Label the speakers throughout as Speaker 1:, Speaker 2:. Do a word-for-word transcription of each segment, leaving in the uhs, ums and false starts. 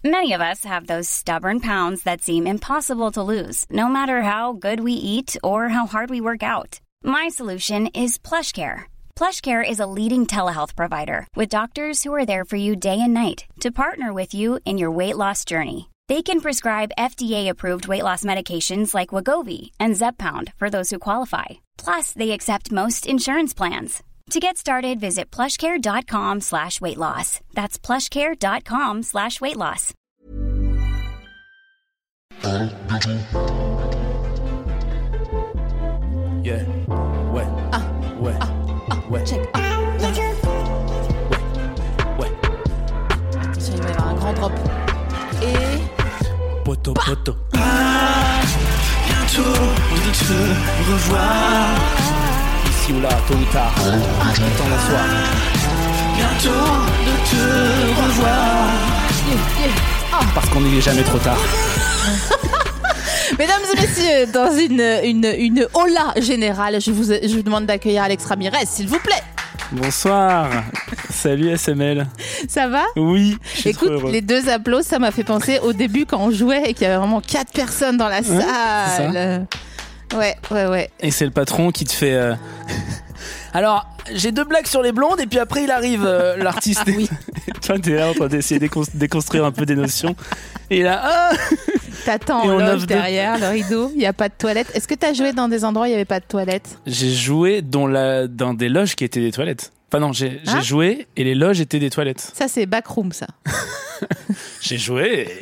Speaker 1: Many of us have those stubborn pounds that seem impossible to lose, no matter how good we eat or how hard we work out. My solution is PlushCare. PlushCare is a leading telehealth provider with doctors who are there for you day and night to partner with you in your weight loss journey. They can prescribe F D A-approved weight loss medications like Wegovy and Zepbound for those who qualify. Plus, they accept most insurance plans. To get started, visit plushcare.com slash weight loss. That's plushcare.com slash weight loss.
Speaker 2: Yeah. Ouais.
Speaker 3: Ah.
Speaker 2: Ouais.
Speaker 3: Ah. Ah.
Speaker 2: Ouais.
Speaker 3: Check. Ah.
Speaker 2: Ouais. Ouais.
Speaker 3: Attention, il va y avoir un grand drop. Et...
Speaker 2: Poto, poto.
Speaker 4: Ah, bientôt de te revoir.
Speaker 2: Ici ou là, tôt ou tard. Attends la soir.
Speaker 4: Bientôt de te revoir.
Speaker 3: Yeah, yeah. Oh.
Speaker 2: Parce qu'on n'est jamais trop tard.
Speaker 3: Mesdames et messieurs, dans une, une, une hola générale, je vous, je vous demande d'accueillir Alex Ramirez, s'il vous plaît.
Speaker 2: Bonsoir. Salut S M L.
Speaker 3: Ça va ?
Speaker 2: Oui, je suis
Speaker 3: Écoute,
Speaker 2: trop heureux.
Speaker 3: les deux applaudissements, ça m'a fait penser au début quand on jouait et qu'il y avait vraiment quatre personnes dans la
Speaker 2: Ouais,
Speaker 3: salle. Ouais, ouais, ouais.
Speaker 2: Et c'est le patron qui te fait... Euh... Alors, j'ai deux blagues sur les blondes et puis après il arrive euh, l'artiste.
Speaker 3: Oui.
Speaker 2: Toi t'es là en train d'essayer de décon- déconstruire un peu des notions. Et là, ah
Speaker 3: T'attends
Speaker 2: Et
Speaker 3: en
Speaker 2: on
Speaker 3: loge
Speaker 2: offre deux-
Speaker 3: derrière, le rideau, il n'y a pas de toilette. Est-ce que t'as joué dans des endroits où il n'y avait pas de toilette ?
Speaker 2: J'ai joué dans, la... dans des loges qui étaient des toilettes. Enfin non, j'ai, j'ai
Speaker 3: Hein
Speaker 2: joué et les loges étaient des toilettes.
Speaker 3: Ça, c'est backroom, ça.
Speaker 2: J'ai joué.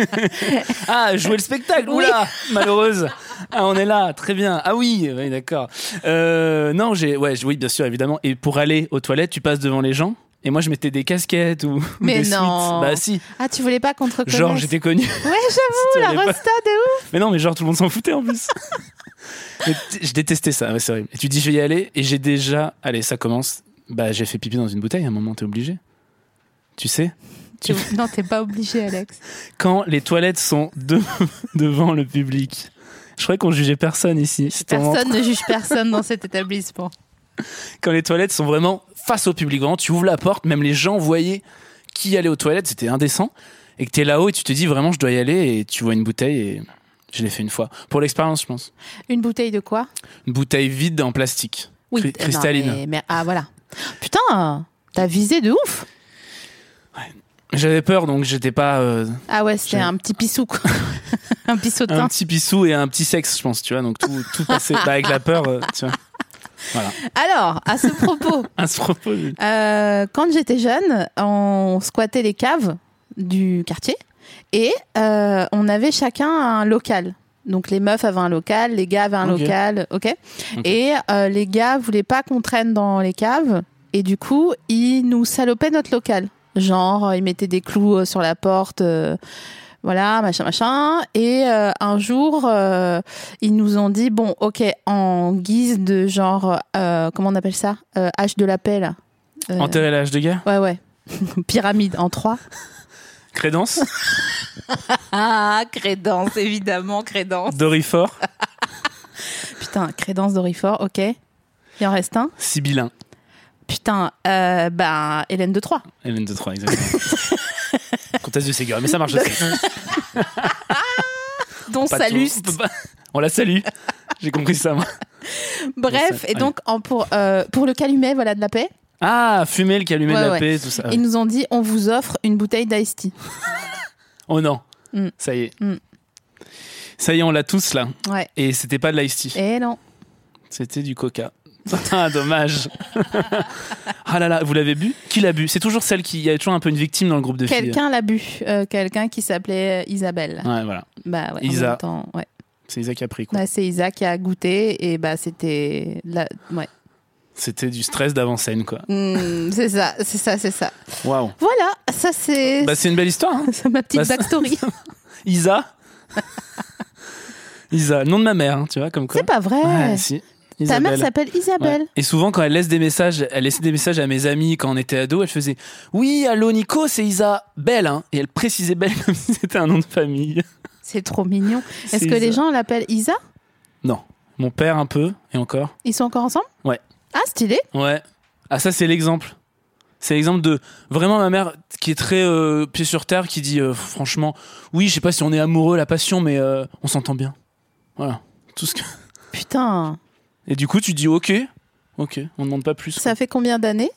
Speaker 2: Ah, jouer le spectacle. Oula, malheureuse. Ah, on est là, très bien. Ah oui, oui, d'accord. Euh, non, j'ai, ouais, oui, bien sûr, évidemment. Et pour aller aux toilettes, tu passes devant les gens. Et moi, je mettais des casquettes ou, ou
Speaker 3: Mais
Speaker 2: des
Speaker 3: non.
Speaker 2: suites. Bah si.
Speaker 3: Ah, tu voulais pas qu'on te reconnaisse ?
Speaker 2: Genre, j'étais connu.
Speaker 3: Ouais,
Speaker 2: Si tu
Speaker 3: j'avoue, la
Speaker 2: allais pas-
Speaker 3: rosta de ouf.
Speaker 2: Mais non, mais genre, tout le monde s'en foutait en plus. Mais t- je détestais ça, ouais, c'est vrai. Et tu dis, je vais y aller. Et j'ai déjà, allez, ça commence. Bah, j'ai fait pipi dans une bouteille. À un moment, t'es obligé. Tu sais. Tu...
Speaker 3: Tu- Non, t'es pas obligé, Alex.
Speaker 2: Quand les toilettes sont de... devant le public. Je croyais qu'on jugeait personne ici. C'était vraiment-
Speaker 3: Personne ne juge personne dans cet établissement.
Speaker 2: Quand les toilettes sont vraiment face au public, vraiment, tu ouvres la porte, même les gens voyaient qui allait aux toilettes, c'était indécent. Et que t'es là-haut et tu te dis vraiment, je dois y aller. Et tu vois une bouteille et je l'ai fait une fois. Pour l'expérience, je pense.
Speaker 3: Une bouteille de quoi ?
Speaker 2: Une bouteille vide en plastique.
Speaker 3: Oui,
Speaker 2: Cri-
Speaker 3: non,
Speaker 2: cristalline.
Speaker 3: mais- mais- ah, voilà. Putain, t'as visé de ouf.
Speaker 2: J'avais peur, donc j'étais pas... euh,
Speaker 3: Ah ouais, c'était
Speaker 2: J'ai-
Speaker 3: un petit pissou, quoi. Un pissotin.
Speaker 2: un petit pissou et un petit sexe, je pense, tu vois. Donc tout, tout passait bah, avec la peur, euh, tu vois. Voilà.
Speaker 3: Alors, à ce propos,
Speaker 2: À ce propos, oui.
Speaker 3: euh, quand j'étais jeune, on squattait les caves du quartier et euh, on avait chacun un local. Donc les meufs avaient un local, les gars avaient un
Speaker 2: Ok.
Speaker 3: local, ok.
Speaker 2: Ok.
Speaker 3: Et euh, les gars voulaient pas qu'on traîne dans les caves et du coup ils nous salopaient notre local. Genre ils mettaient des clous euh, sur la porte. Euh, Voilà, machin, machin. Et euh, un jour, euh, ils nous ont dit, bon, ok, en guise de genre, euh, comment on appelle ça euh, Hache de la paix, là. Euh,
Speaker 2: Enterrer l'âge de guerre.
Speaker 3: Ouais, ouais. Pyramide en trois.
Speaker 2: Crédence.
Speaker 3: Ah, crédence, évidemment, crédence.
Speaker 2: Dorifort.
Speaker 3: Putain, crédence d'Orifort, ok. Il en reste un.
Speaker 2: Sibyllin.
Speaker 3: Putain, euh, ben, Hélène de Troyes.
Speaker 2: Hélène de Troyes, exactement. Comtesse de Ségur. Mais ça marche aussi.
Speaker 3: Dont
Speaker 2: Pas
Speaker 3: Saluste.
Speaker 2: tout- on peut pas- On la salue. J'ai compris ça, moi.
Speaker 3: Bref,
Speaker 2: ça-
Speaker 3: et donc, en, pour, euh, pour le calumet, voilà, de la paix,
Speaker 2: Ah, fumer le calumet
Speaker 3: Ouais,
Speaker 2: de la
Speaker 3: ouais.
Speaker 2: paix, tout ça.
Speaker 3: ils nous ont dit, on vous offre une bouteille d'Ice Tea.
Speaker 2: Oh non.
Speaker 3: Mm.
Speaker 2: Ça y est.
Speaker 3: Mm.
Speaker 2: Ça y est, on l'a tous là.
Speaker 3: Ouais.
Speaker 2: Et c'était pas de l'ice tea.
Speaker 3: Et non.
Speaker 2: C'était du coca. Ah, dommage. Ah là là, vous l'avez bu ? Qui l'a bu ? C'est toujours celle qui... Il y a toujours un peu une victime dans le groupe de filles.
Speaker 3: Quelqu'un l'a bu. Euh, quelqu'un qui s'appelait Isabelle.
Speaker 2: Ouais, voilà.
Speaker 3: Bah ouais.
Speaker 2: Isa.
Speaker 3: En même temps, ouais.
Speaker 2: C'est Isaac qui a pris, quoi.
Speaker 3: Bah, c'est Isa qui a goûté et bah c'était la... ouais.
Speaker 2: C'était du stress d'avant-scène, quoi.
Speaker 3: Mm, c'est ça, c'est ça, c'est ça.
Speaker 2: Waouh.
Speaker 3: Voilà, ça c'est
Speaker 2: Bah, c'est une belle histoire, hein.
Speaker 3: c'est ma petite
Speaker 2: Bah, ça-
Speaker 3: backstory.
Speaker 2: Isa. Isa, nom de ma mère, hein, tu vois, comme quoi.
Speaker 3: C'est pas vrai.
Speaker 2: Ouais, si.
Speaker 3: Ta
Speaker 2: Isabelle.
Speaker 3: mère s'appelle Isabelle.
Speaker 2: Ouais. Et souvent, quand elle laisse des messages, elle laissait des messages à mes amis quand on était ados, elle faisait « Oui, allô Nico, c'est Isabelle, hein !» Et elle précisait Belle comme si c'était un nom de famille.
Speaker 3: C'est trop mignon. Est-ce
Speaker 2: C'est
Speaker 3: que les
Speaker 2: Isa.
Speaker 3: gens l'appellent Isa ?
Speaker 2: Non. Mon père un peu, et encore.
Speaker 3: Ils sont encore ensemble ?
Speaker 2: Ouais.
Speaker 3: Ah, stylé.
Speaker 2: Ouais. Ah, ça, c'est l'exemple. C'est l'exemple de vraiment ma mère qui est très euh, pied sur terre, qui dit euh, franchement, oui, je sais pas si on est amoureux, la passion, mais euh, on s'entend bien. Voilà, tout ce que.
Speaker 3: Putain.
Speaker 2: Et du coup, tu dis ok, ok, on ne demande pas plus.
Speaker 3: Ça fait combien d'années?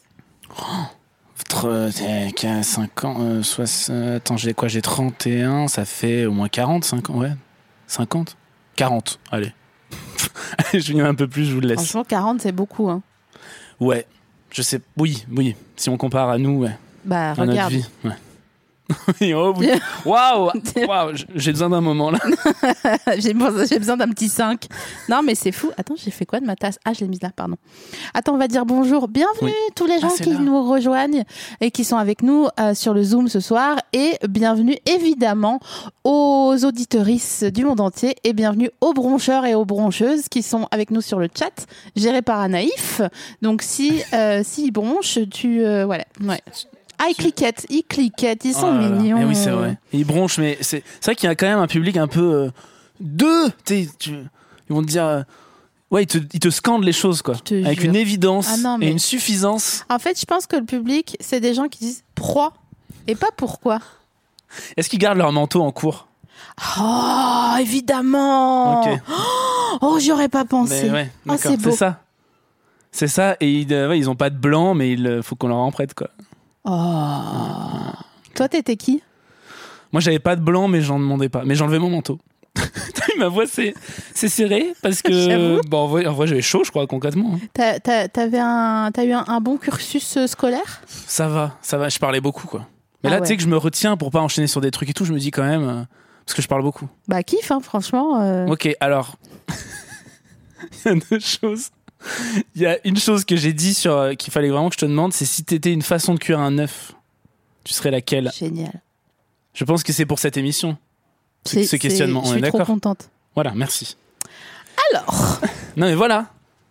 Speaker 2: cinq ans, euh, soixante, attends, j'ai quoi? J'ai trente et un, ça fait au moins quarante, cinq ans, ouais. cinquante quarante, allez. Je viens un peu plus, je vous le laisse.
Speaker 3: Franchement, quarante, c'est beaucoup. Hein.
Speaker 2: Ouais, je sais, oui, oui. Si on compare à nous, ouais.
Speaker 3: Bah,
Speaker 2: À notre
Speaker 3: regarde.
Speaker 2: vie, ouais. Oh, oui. Waouh, waouh, j'ai besoin d'un moment là.
Speaker 3: j'ai, besoin, j'ai besoin d'un petit cinq. Non, mais c'est fou. Attends, j'ai fait quoi de ma tasse? Ah, je l'ai mise là, pardon. Attends, on va dire bonjour. Bienvenue
Speaker 2: Oui.
Speaker 3: tous les gens
Speaker 2: Ah,
Speaker 3: qui
Speaker 2: là.
Speaker 3: nous rejoignent et qui sont avec nous euh, sur le Zoom ce soir. Et bienvenue évidemment aux auditorices du monde entier. Et bienvenue aux broncheurs et aux broncheuses qui sont avec nous sur le chat, géré par Anaïf. Donc, si, euh, si ils bronchent, tu. Euh, voilà. Ouais. Ah, ils cliquettent, ils cliquettent, ils sont
Speaker 2: Oh là là.
Speaker 3: mignons.
Speaker 2: Mais oui, c'est vrai. Ils bronchent, mais c'est, c'est vrai qu'il y a quand même un public un peu. Euh, deux tu, tu, Ils vont te dire. Euh, ouais, ils te, ils te scandent les choses, quoi.
Speaker 3: te
Speaker 2: Avec
Speaker 3: jure.
Speaker 2: une évidence
Speaker 3: Ah non, mais-
Speaker 2: et une suffisance.
Speaker 3: En fait, je pense que le public, c'est des gens qui disent pourquoi et pas pourquoi.
Speaker 2: Est-ce qu'ils gardent leur manteau en cours?
Speaker 3: Oh, évidemment.
Speaker 2: Ok.
Speaker 3: Oh, j'y aurais pas pensé.
Speaker 2: Mais ouais,
Speaker 3: Oh,
Speaker 2: d'accord,
Speaker 3: c'est beau.
Speaker 2: c'est ça. C'est ça, et ils, euh, ouais, ils ont pas de blanc, mais il faut qu'on leur en prête, quoi.
Speaker 3: Oh. Toi, t'étais qui?
Speaker 2: Moi, j'avais pas de blanc, mais j'en demandais pas. Mais j'enlevais mon manteau. Ma voix s'est, s'est serrée parce que.
Speaker 3: J'avoue.
Speaker 2: Bon, en vrai, en vrai, j'avais chaud, je crois, concrètement.
Speaker 3: T'as, t'as, t'avais un, t'as eu un, un bon cursus euh, scolaire?
Speaker 2: Ça va, ça va, je parlais beaucoup, quoi. Mais
Speaker 3: Ah
Speaker 2: là,
Speaker 3: ouais.
Speaker 2: tu sais que je me retiens pour pas enchaîner sur des trucs et tout, je me dis quand même. euh, parce que je parle beaucoup.
Speaker 3: Bah, kiff, hein, franchement. euh.
Speaker 2: Ok, alors. Il y a deux choses. Il y a une chose que j'ai dit sur, euh, qu'il fallait vraiment que je te demande, c'est si t'étais une façon de cuire un œuf, tu serais laquelle?
Speaker 3: Génial.
Speaker 2: Je pense que c'est pour cette émission. Ce,
Speaker 3: C'est-
Speaker 2: ce questionnement,
Speaker 3: c'est-
Speaker 2: on
Speaker 3: Je
Speaker 2: est
Speaker 3: suis trop
Speaker 2: d'accord?
Speaker 3: contente.
Speaker 2: Voilà, merci.
Speaker 3: Alors,
Speaker 2: Non mais voilà.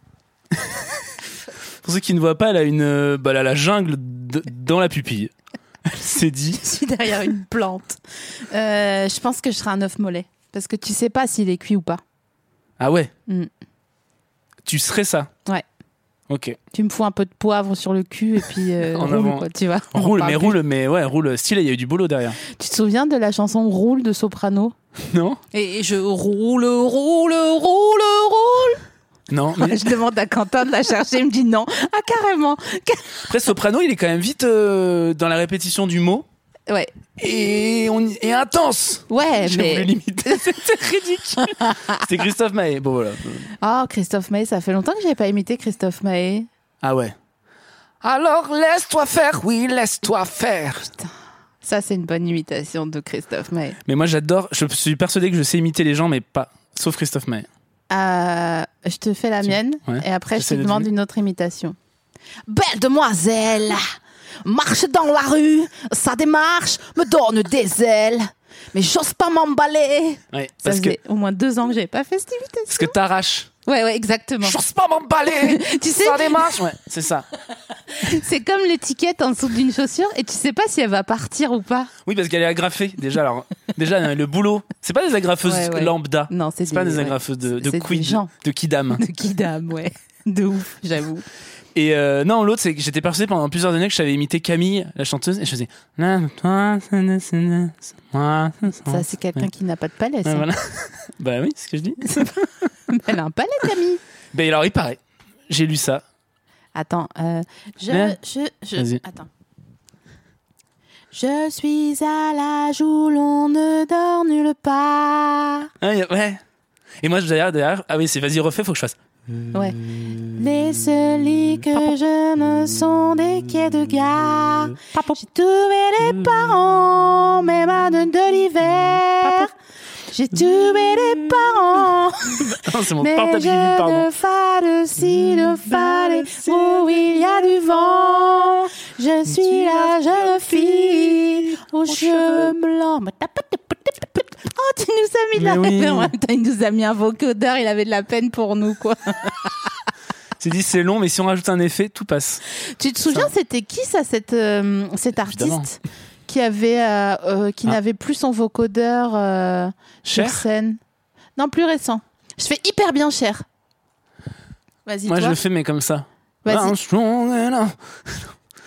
Speaker 2: Pour ceux qui ne voient pas, elle a une, euh, bah, elle a la jungle d- dans la pupille. Elle s'est dit.
Speaker 3: je suis derrière une plante. Euh, je pense que je serai un œuf mollet. Parce que tu sais pas s'il est cuit ou pas.
Speaker 2: Ah ouais.
Speaker 3: Mm.
Speaker 2: Tu serais ça.
Speaker 3: Ouais.
Speaker 2: Ok.
Speaker 3: Tu me fous un peu de poivre sur le cul et puis euh,
Speaker 2: En
Speaker 3: roule,
Speaker 2: avant.
Speaker 3: quoi, tu vois. On
Speaker 2: Roule,
Speaker 3: parle
Speaker 2: mais
Speaker 3: plus.
Speaker 2: roule, mais ouais, roule. Style, il y a eu du boulot derrière.
Speaker 3: Tu te souviens de la chanson Roule de Soprano?
Speaker 2: Non.
Speaker 3: Et je roule, roule, roule, roule.
Speaker 2: Non. Mais
Speaker 3: Je demande à Quentin de la chercher, il me dit non. Ah, carrément.
Speaker 2: après, Soprano, il est quand même vite euh, dans la répétition du mot
Speaker 3: Ouais,
Speaker 2: et on y- et intense.
Speaker 3: ouais,
Speaker 2: J'ai voulu
Speaker 3: mais.
Speaker 2: l'imiter. C'était ridicule. C'était Christophe Maé. Bon voilà.
Speaker 3: Oh, Christophe Maé, ça fait longtemps que j'avais pas imité Christophe Maé.
Speaker 2: Ah ouais. Alors laisse-toi faire, oui, laisse-toi faire.
Speaker 3: Ça, c'est une bonne imitation de Christophe Maé.
Speaker 2: Mais moi j'adore, je suis persuadé que je sais imiter les gens, mais pas, sauf Christophe Maé.
Speaker 3: Euh, je te fais la
Speaker 2: Tu-
Speaker 3: mienne
Speaker 2: ouais.
Speaker 3: et après je
Speaker 2: J'essaie
Speaker 3: te
Speaker 2: de
Speaker 3: demande
Speaker 2: deviner.
Speaker 3: une autre imitation. Belle demoiselle, marche dans la rue, sa démarche me donne des ailes, mais j'ose pas m'emballer.
Speaker 2: Ouais,
Speaker 3: Ça
Speaker 2: parce que
Speaker 3: faisait au moins deux ans que j'avais pas fait cette imitation.
Speaker 2: parce que t'arraches.
Speaker 3: Ouais, ouais, exactement.
Speaker 2: J'ose pas m'emballer.
Speaker 3: Tu sais,
Speaker 2: Ça démarche. Ouais, c'est ça.
Speaker 3: c'est comme l'étiquette en dessous d'une chaussure et tu sais pas si elle va partir ou pas.
Speaker 2: Oui, parce qu'elle est agrafée. Déjà, alors, déjà le boulot, c'est pas des agrafeuses
Speaker 3: Ouais, ouais.
Speaker 2: lambda.
Speaker 3: Non, c'est
Speaker 2: C'est pas des
Speaker 3: ouais.
Speaker 2: agrafeuses de, de
Speaker 3: C'est des
Speaker 2: quid,
Speaker 3: gens.
Speaker 2: de kidam.
Speaker 3: De Kidam, ouais. De ouf, j'avoue.
Speaker 2: Et euh, non, l'autre, c'est que j'étais persuadé pendant plusieurs années que je savais imiter Camille, la chanteuse, et je faisais.
Speaker 3: Ça, c'est quelqu'un qui n'a pas de palais. ça.
Speaker 2: Ouais, voilà. Bah oui, c'est ce que je dis.
Speaker 3: Elle a un palais, Camille.
Speaker 2: Ben alors, il paraît. J'ai lu ça.
Speaker 3: Attends, euh, je,
Speaker 2: Ouais.
Speaker 3: je, je,
Speaker 2: Vas-y.
Speaker 3: attends. Je suis à l'âge où l'on ne dort nulle part.
Speaker 2: Ah, y a- ouais. Et moi, derrière, derrière. Ah oui, c'est vas-y, refais, faut que je fasse.
Speaker 3: Ouais. Les seuls lits que je ne sont des quais de gare. J'ai tué les parents, même à de, de l'hiver. J'ai tué les parents.
Speaker 2: Non, c'est mon
Speaker 3: Mais
Speaker 2: portable qui
Speaker 3: je
Speaker 2: vit, pardon.
Speaker 3: ne fade si de fade où il y a du vent. Je suis la jeune fille aux cheveux blancs. Oh, tu nous as mis de la
Speaker 2: Mais oui.
Speaker 3: peine. En même temps, il nous a mis un vocodeur. Il avait de la peine pour nous, quoi.
Speaker 2: C'est dit, c'est long, mais si on rajoute un effet, tout passe.
Speaker 3: Tu te souviens, c'était qui ça, cette, euh, cet
Speaker 2: Évidemment.
Speaker 3: artiste qui avait, euh, euh, qui
Speaker 2: Ah.
Speaker 3: n'avait plus son vocodeur euh, sur
Speaker 2: Cher.
Speaker 3: scène? Non, plus récent. Je fais hyper bien Cher. Vas-y,
Speaker 2: Moi,
Speaker 3: toi.
Speaker 2: je le fais, mais comme ça.
Speaker 3: Vas-y.
Speaker 2: Ah, strong enough.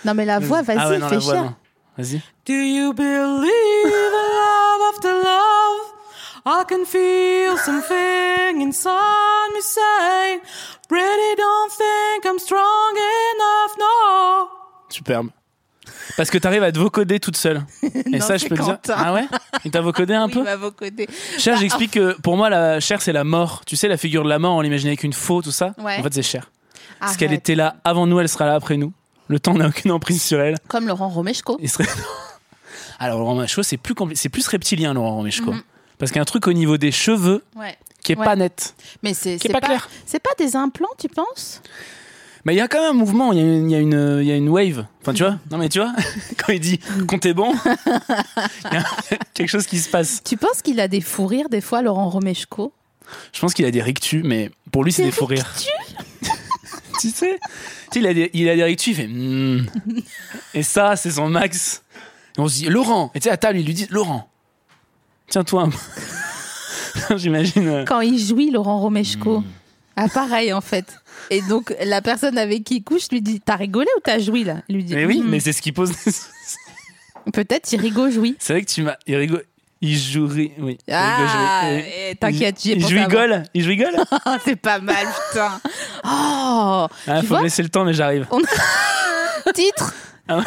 Speaker 3: Non, mais la voix, vas-y,
Speaker 2: Ah ouais, non,
Speaker 3: fais
Speaker 2: la voix,
Speaker 3: cher.
Speaker 2: non. Vas-y.
Speaker 4: Do you believe in love after love? I can feel something inside me saying, really don't think I'm strong enough, no.
Speaker 2: Superbe. Parce que t'arrives à te vocoder toute seule. Et
Speaker 3: Non,
Speaker 2: ça, je
Speaker 3: c'est
Speaker 2: peux le dire.
Speaker 3: Quentin.
Speaker 2: Ah ouais? Il t'a vocodé un
Speaker 3: Oui,
Speaker 2: peu?
Speaker 3: il m'a vocodé.
Speaker 2: Cher,
Speaker 3: Bah,
Speaker 2: j'explique que pour moi, la Cher, c'est la mort. Tu sais, la figure de la mort, on l'imaginait avec une faux, tout ça.
Speaker 3: Ouais.
Speaker 2: En fait, c'est Cher. Parce
Speaker 3: arrête.
Speaker 2: qu'elle était là avant nous, elle sera là après nous. Le temps n'a aucune emprise sur elle.
Speaker 3: Comme Laurent Romeshko.
Speaker 2: Il serait... Alors, Laurent Romeshko, c'est plus, compli- c'est plus reptilien, Laurent Romeshko.
Speaker 3: Mhm.
Speaker 2: Parce qu'il y a un truc au niveau des cheveux
Speaker 3: Ouais.
Speaker 2: qui est
Speaker 3: Ouais.
Speaker 2: pas net.
Speaker 3: Mais c'est
Speaker 2: Qui est
Speaker 3: c'est
Speaker 2: pas
Speaker 3: pas,
Speaker 2: clair.
Speaker 3: c'est pas des implants, tu penses?
Speaker 2: Mais il y a quand même un mouvement, il y a une, il y a une, il y a une wave. Enfin, tu vois? Non, mais tu vois? Quand il dit comptez bon, il y a quelque chose qui se passe.
Speaker 3: Tu penses qu'il a des fous rires des fois, Laurent Romeshko?
Speaker 2: Je pense qu'il a des rictus, mais pour lui, c'est des fous rires. Tu sais? Tu sais, il a des, il a des rictus, il fait hmm. Et ça, c'est son max. Et on se dit Laurent. Et tu sais, à table, il lui dit Laurent, tiens-toi un peu. J'imagine. euh,
Speaker 3: Quand il jouit, Laurent Romeshko.
Speaker 2: Hmm.
Speaker 3: Ah, pareil, en fait. Et donc, la personne avec qui il couche lui dit, t'as rigolé ou t'as joui, là? Il lui dit,
Speaker 2: Mais oui,
Speaker 3: Hmm.
Speaker 2: mais c'est ce qui pose.
Speaker 3: Peut-être il rigole, joui.
Speaker 2: C'est vrai que tu m'as. Il rigole. Il joue. ri- Oui. Il
Speaker 3: Ah,
Speaker 2: rigole, jouer. Et-
Speaker 3: eh, t'inquiète, j'y ai
Speaker 2: Il
Speaker 3: pensé
Speaker 2: joue
Speaker 3: avant.
Speaker 2: rigole. Il joue rigole.
Speaker 3: Ah, c'est pas mal, putain. Oh,
Speaker 2: Ah,
Speaker 3: tu
Speaker 2: faut
Speaker 3: vois,
Speaker 2: me laisser le temps, mais j'arrive.
Speaker 3: titre.
Speaker 2: Ah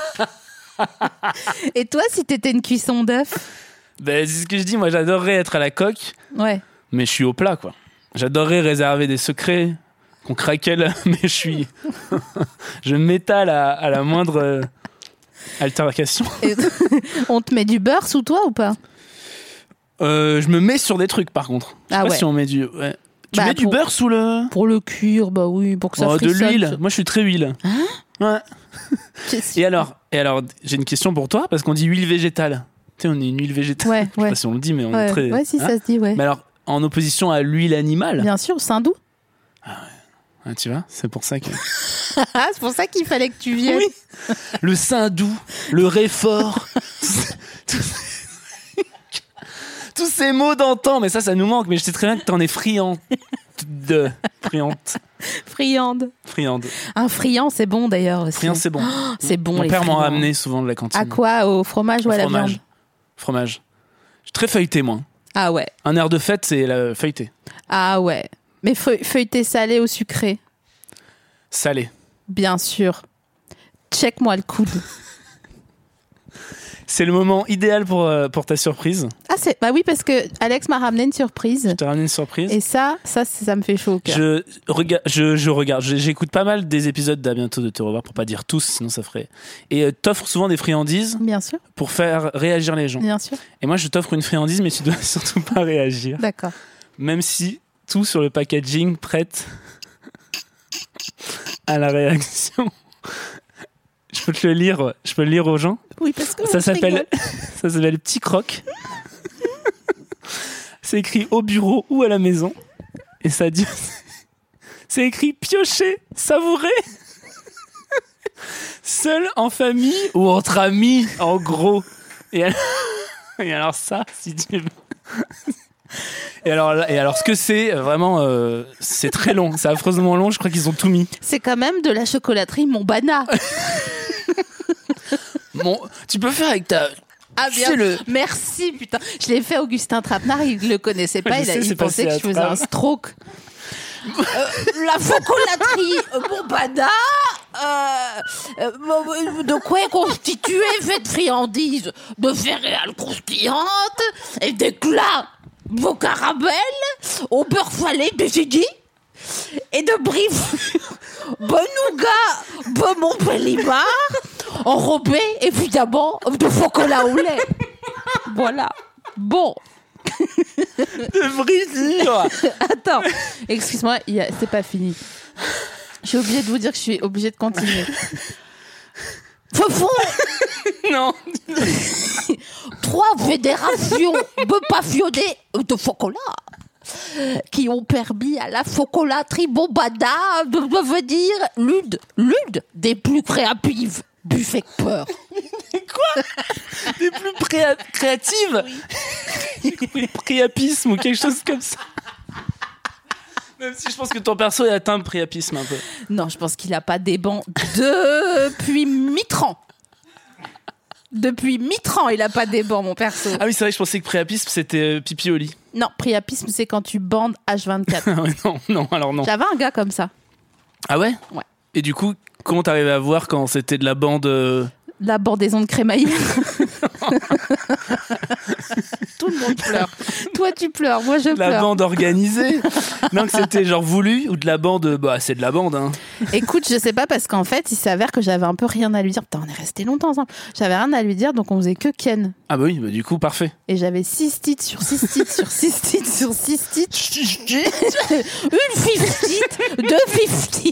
Speaker 3: Et toi, si t'étais une cuisson d'œuf?
Speaker 2: Ben, c'est ce que je dis. Moi, j'adorerais être à la coque,
Speaker 3: Ouais.
Speaker 2: mais je suis au plat, quoi. J'adorerais réserver des secrets qu'on craquelle, mais je suis. Je m'étale à, à la moindre euh, altercation.
Speaker 3: Et- On te met du beurre sous toi ou pas?
Speaker 2: Euh, je me mets sur des trucs, par contre. Je sais
Speaker 3: Ah
Speaker 2: pas
Speaker 3: ouais.
Speaker 2: si on met du. Ouais. Tu
Speaker 3: Bah,
Speaker 2: mets du
Speaker 3: pour-
Speaker 2: beurre sous le.
Speaker 3: Pour le cuire, bah oui, pour que ça
Speaker 2: Oh, de
Speaker 3: frissonne.
Speaker 2: l'huile. Moi, je suis très huile. Ouais.
Speaker 3: Qu'est-ce-
Speaker 2: Et alors, et alors, j'ai une question pour toi, parce qu'on dit huile végétale. Tu sais, on est une huile végétale.
Speaker 3: Ouais,
Speaker 2: Je sais
Speaker 3: ouais.
Speaker 2: pas si on le dit, mais on est
Speaker 3: Ouais,
Speaker 2: très.
Speaker 3: ouais, si
Speaker 2: Hein
Speaker 3: ça se dit, ouais.
Speaker 2: Mais alors, en opposition à l'huile animale,
Speaker 3: Bien sûr, Saint-Doux.
Speaker 2: hein, tu vois, c'est pour ça que.
Speaker 3: Ah, c'est pour ça qu'il fallait que tu viennes.
Speaker 2: Oui. Le Saint-Doux, le Réfort, tous, tous- tous ces mots d'antan, mais ça, ça nous manque. Mais je sais très bien que t'en es friande. De... Friante.
Speaker 3: Friande.
Speaker 2: Friande.
Speaker 3: Un friand, c'est bon d'ailleurs aussi.
Speaker 2: Friand, c'est bon.
Speaker 3: C'est bon,
Speaker 2: Mon
Speaker 3: les
Speaker 2: père m'en
Speaker 3: friands.
Speaker 2: ramenait souvent de la cantine.
Speaker 3: À quoi? Au fromage ou à la
Speaker 2: Fromage.
Speaker 3: viande?
Speaker 2: Fromage. Je suis très feuilleté, moi.
Speaker 3: Ah ouais.
Speaker 2: Un air de fête, c'est la feuilleté.
Speaker 3: Ah ouais. Mais feu- feuilleté salé ou sucré?
Speaker 2: Salé.
Speaker 3: Bien sûr. Check-moi le coude.
Speaker 2: C'est le moment idéal pour, euh, pour ta surprise.
Speaker 3: Ah, c'est. Bah oui, parce que Alex m'a ramené une surprise.
Speaker 2: Je t'ai ramené une surprise.
Speaker 3: Et ça, ça, c'est- ça me fait chaud au cœur.
Speaker 2: Je, rega- je, je regarde, Je- j'écoute pas mal des épisodes d'À bientôt de te revoir, pour pas dire tous, sinon ça ferait. Et euh, t'offres souvent des friandises
Speaker 3: Bien sûr,
Speaker 2: pour faire réagir les gens.
Speaker 3: bien sûr.
Speaker 2: Et moi, je t'offre une friandise, mais tu dois surtout pas réagir.
Speaker 3: D'accord.
Speaker 2: Même si tout sur le packaging prête à la réaction. Je peux te le lire, je peux le lire aux gens.
Speaker 3: Oui, parce que
Speaker 2: Ça
Speaker 3: je
Speaker 2: s'appelle,
Speaker 3: rigole.
Speaker 2: ça s'appelle Petit Croc. C'est écrit au bureau ou à la maison. Et ça dit, c'est écrit piocher, savourer. Seul, en famille ou entre amis, en gros. Et alors, et alors ça, si tu veux. Et alors, là- et alors ce que c'est, euh, vraiment, euh, c'est très long. C'est affreusement long. Je crois qu'ils ont tout mis.
Speaker 3: C'est quand même de la chocolaterie Montbana.
Speaker 2: Bon, tu peux faire avec ta.
Speaker 3: Ah
Speaker 2: Tu
Speaker 3: bien.
Speaker 2: sais, le-
Speaker 3: Merci, putain. Je l'ai fait à Augustin Trapenard, il le connaissait pas,
Speaker 2: Je
Speaker 3: il, a,
Speaker 2: sais,
Speaker 3: il
Speaker 2: c'est
Speaker 3: pensait que
Speaker 2: passé
Speaker 3: je
Speaker 2: à
Speaker 3: faisais un
Speaker 2: travers.
Speaker 3: stroke. Euh, la chocolaterie euh, Montbana, euh, euh, de quoi est constituée cette friandise? De céréales croustillantes et d'éclats de caramel au beurre salé de Gigi et de brie Benouga de Montbélimar enrobé évidemment de chocolat au lait. Voilà. Bon.
Speaker 2: De brisure.
Speaker 3: Attends, excuse-moi, il y a- c'est pas fini. Je suis obligée de vous dire que je suis obligée de continuer. Ce sont
Speaker 2: Non.
Speaker 3: trois fédérations de passionnés de chocolat qui ont permis à la chocolaterie Montbana de devenir l'une, l'une des plus créatives du secteur.
Speaker 2: Des plus pré- créatives. J'ai compris priapisme ou quelque chose comme ça. Même si je pense que ton perso est atteint de priapisme un peu.
Speaker 3: Non, je pense qu'il a pas des bancs depuis Mitran. Depuis Mitran, il a pas des bancs, mon perso.
Speaker 2: Ah oui, c'est vrai que je pensais que priapisme, c'était euh, pipi au lit.
Speaker 3: Non, priapisme, c'est quand tu bandes H vingt-quatre.
Speaker 2: Ah ouais, non, non, alors non.
Speaker 3: J'avais un gars comme ça.
Speaker 2: Ah ouais?
Speaker 3: Ouais.
Speaker 2: Et du coup, comment t'arrivais à voir quand c'était de la bande euh...
Speaker 3: La bandaison de crémaillère. Tout le monde pleure. Toi, tu pleures. Moi, je
Speaker 2: de
Speaker 3: pleure.
Speaker 2: la bande organisée? Non, que c'était genre voulu ou de la bande. Bah, c'est de la bande, hein.
Speaker 3: Écoute, je sais pas parce qu'en fait, il s'avère que j'avais un peu rien à lui dire. Putain, on est restés longtemps ensemble. J'avais rien à lui dire, donc on faisait que Ken.
Speaker 2: Ah bah oui, bah du coup, parfait.
Speaker 3: Et j'avais six titres sur six titres sur six titres sur six titres. Une fifty, deux fifty.